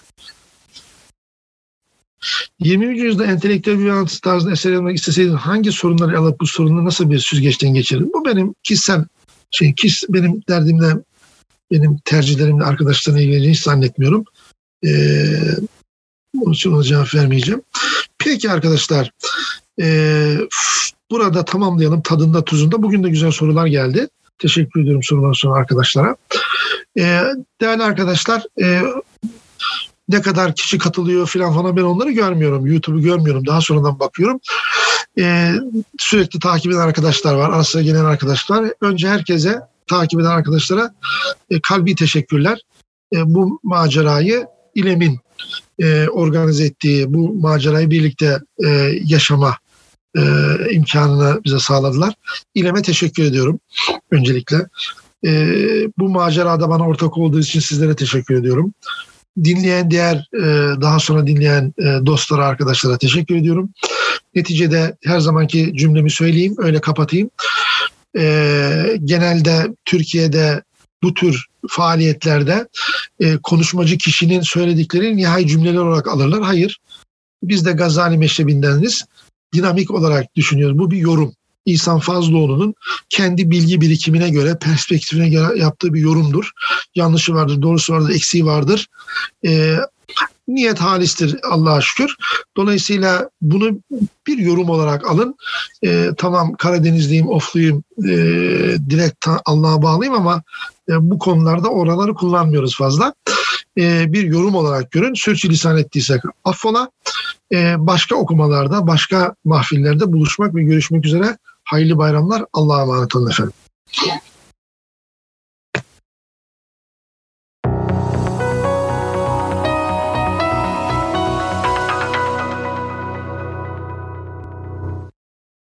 20. yüzyılda entelektüel bir anlatı tarzında eser yazmak isteseydin hangi sorunları alıp bu sorunları nasıl bir süzgeçten geçirdin? Bu benim kişisel benim derdimle, benim tercihlerimle arkadaşlarına ilgileneceğini hiç zannetmiyorum. Onun için ona cevap vermeyeceğim. Peki arkadaşlar, burada tamamlayalım tadında tuzunda. Bugün de güzel sorular geldi. Teşekkür ediyorum sorudan sonra arkadaşlara. Değerli arkadaşlar, ne kadar kişi katılıyor falan ben onları görmüyorum. YouTube'u görmüyorum. Daha sonradan bakıyorum. Sürekli takip eden arkadaşlar var. Arasına gelen arkadaşlar. Önce herkese, takip eden arkadaşlara kalbi teşekkürler. Bu macerayı İLEM'in organize ettiği, bu macerayı birlikte yaşama imkanını bize sağladılar. İLEM'e teşekkür ediyorum öncelikle. Bu macerada bana ortak olduğu için sizlere teşekkür ediyorum. Dinleyen daha sonra dinleyen dostlara, arkadaşlara teşekkür ediyorum. Neticede her zamanki cümlemi söyleyeyim, öyle kapatayım. Genelde Türkiye'de bu tür faaliyetlerde konuşmacı kişinin söylediklerini nihai cümleler olarak alırlar. Hayır, biz de Gazali meşrebindeniz. Dinamik olarak düşünüyoruz. Bu bir yorum. İhsan Fazlıoğlu'nun kendi bilgi birikimine göre, perspektifine göre yaptığı bir yorumdur. Yanlışı vardır, doğrusu vardır, eksiği vardır. Niyet halistir Allah'a şükür. Dolayısıyla bunu bir yorum olarak alın. Tamam, Karadenizliyim, Ofluyum, direkt Allah'a bağlıyım ama bu konularda oraları kullanmıyoruz fazla. bir yorum olarak görün. Sürçülisan ettiysek affola. Başka okumalarda, başka mahfillerde buluşmak ve görüşmek üzere. Hayırlı bayramlar. Allah'a emanet olun efendim.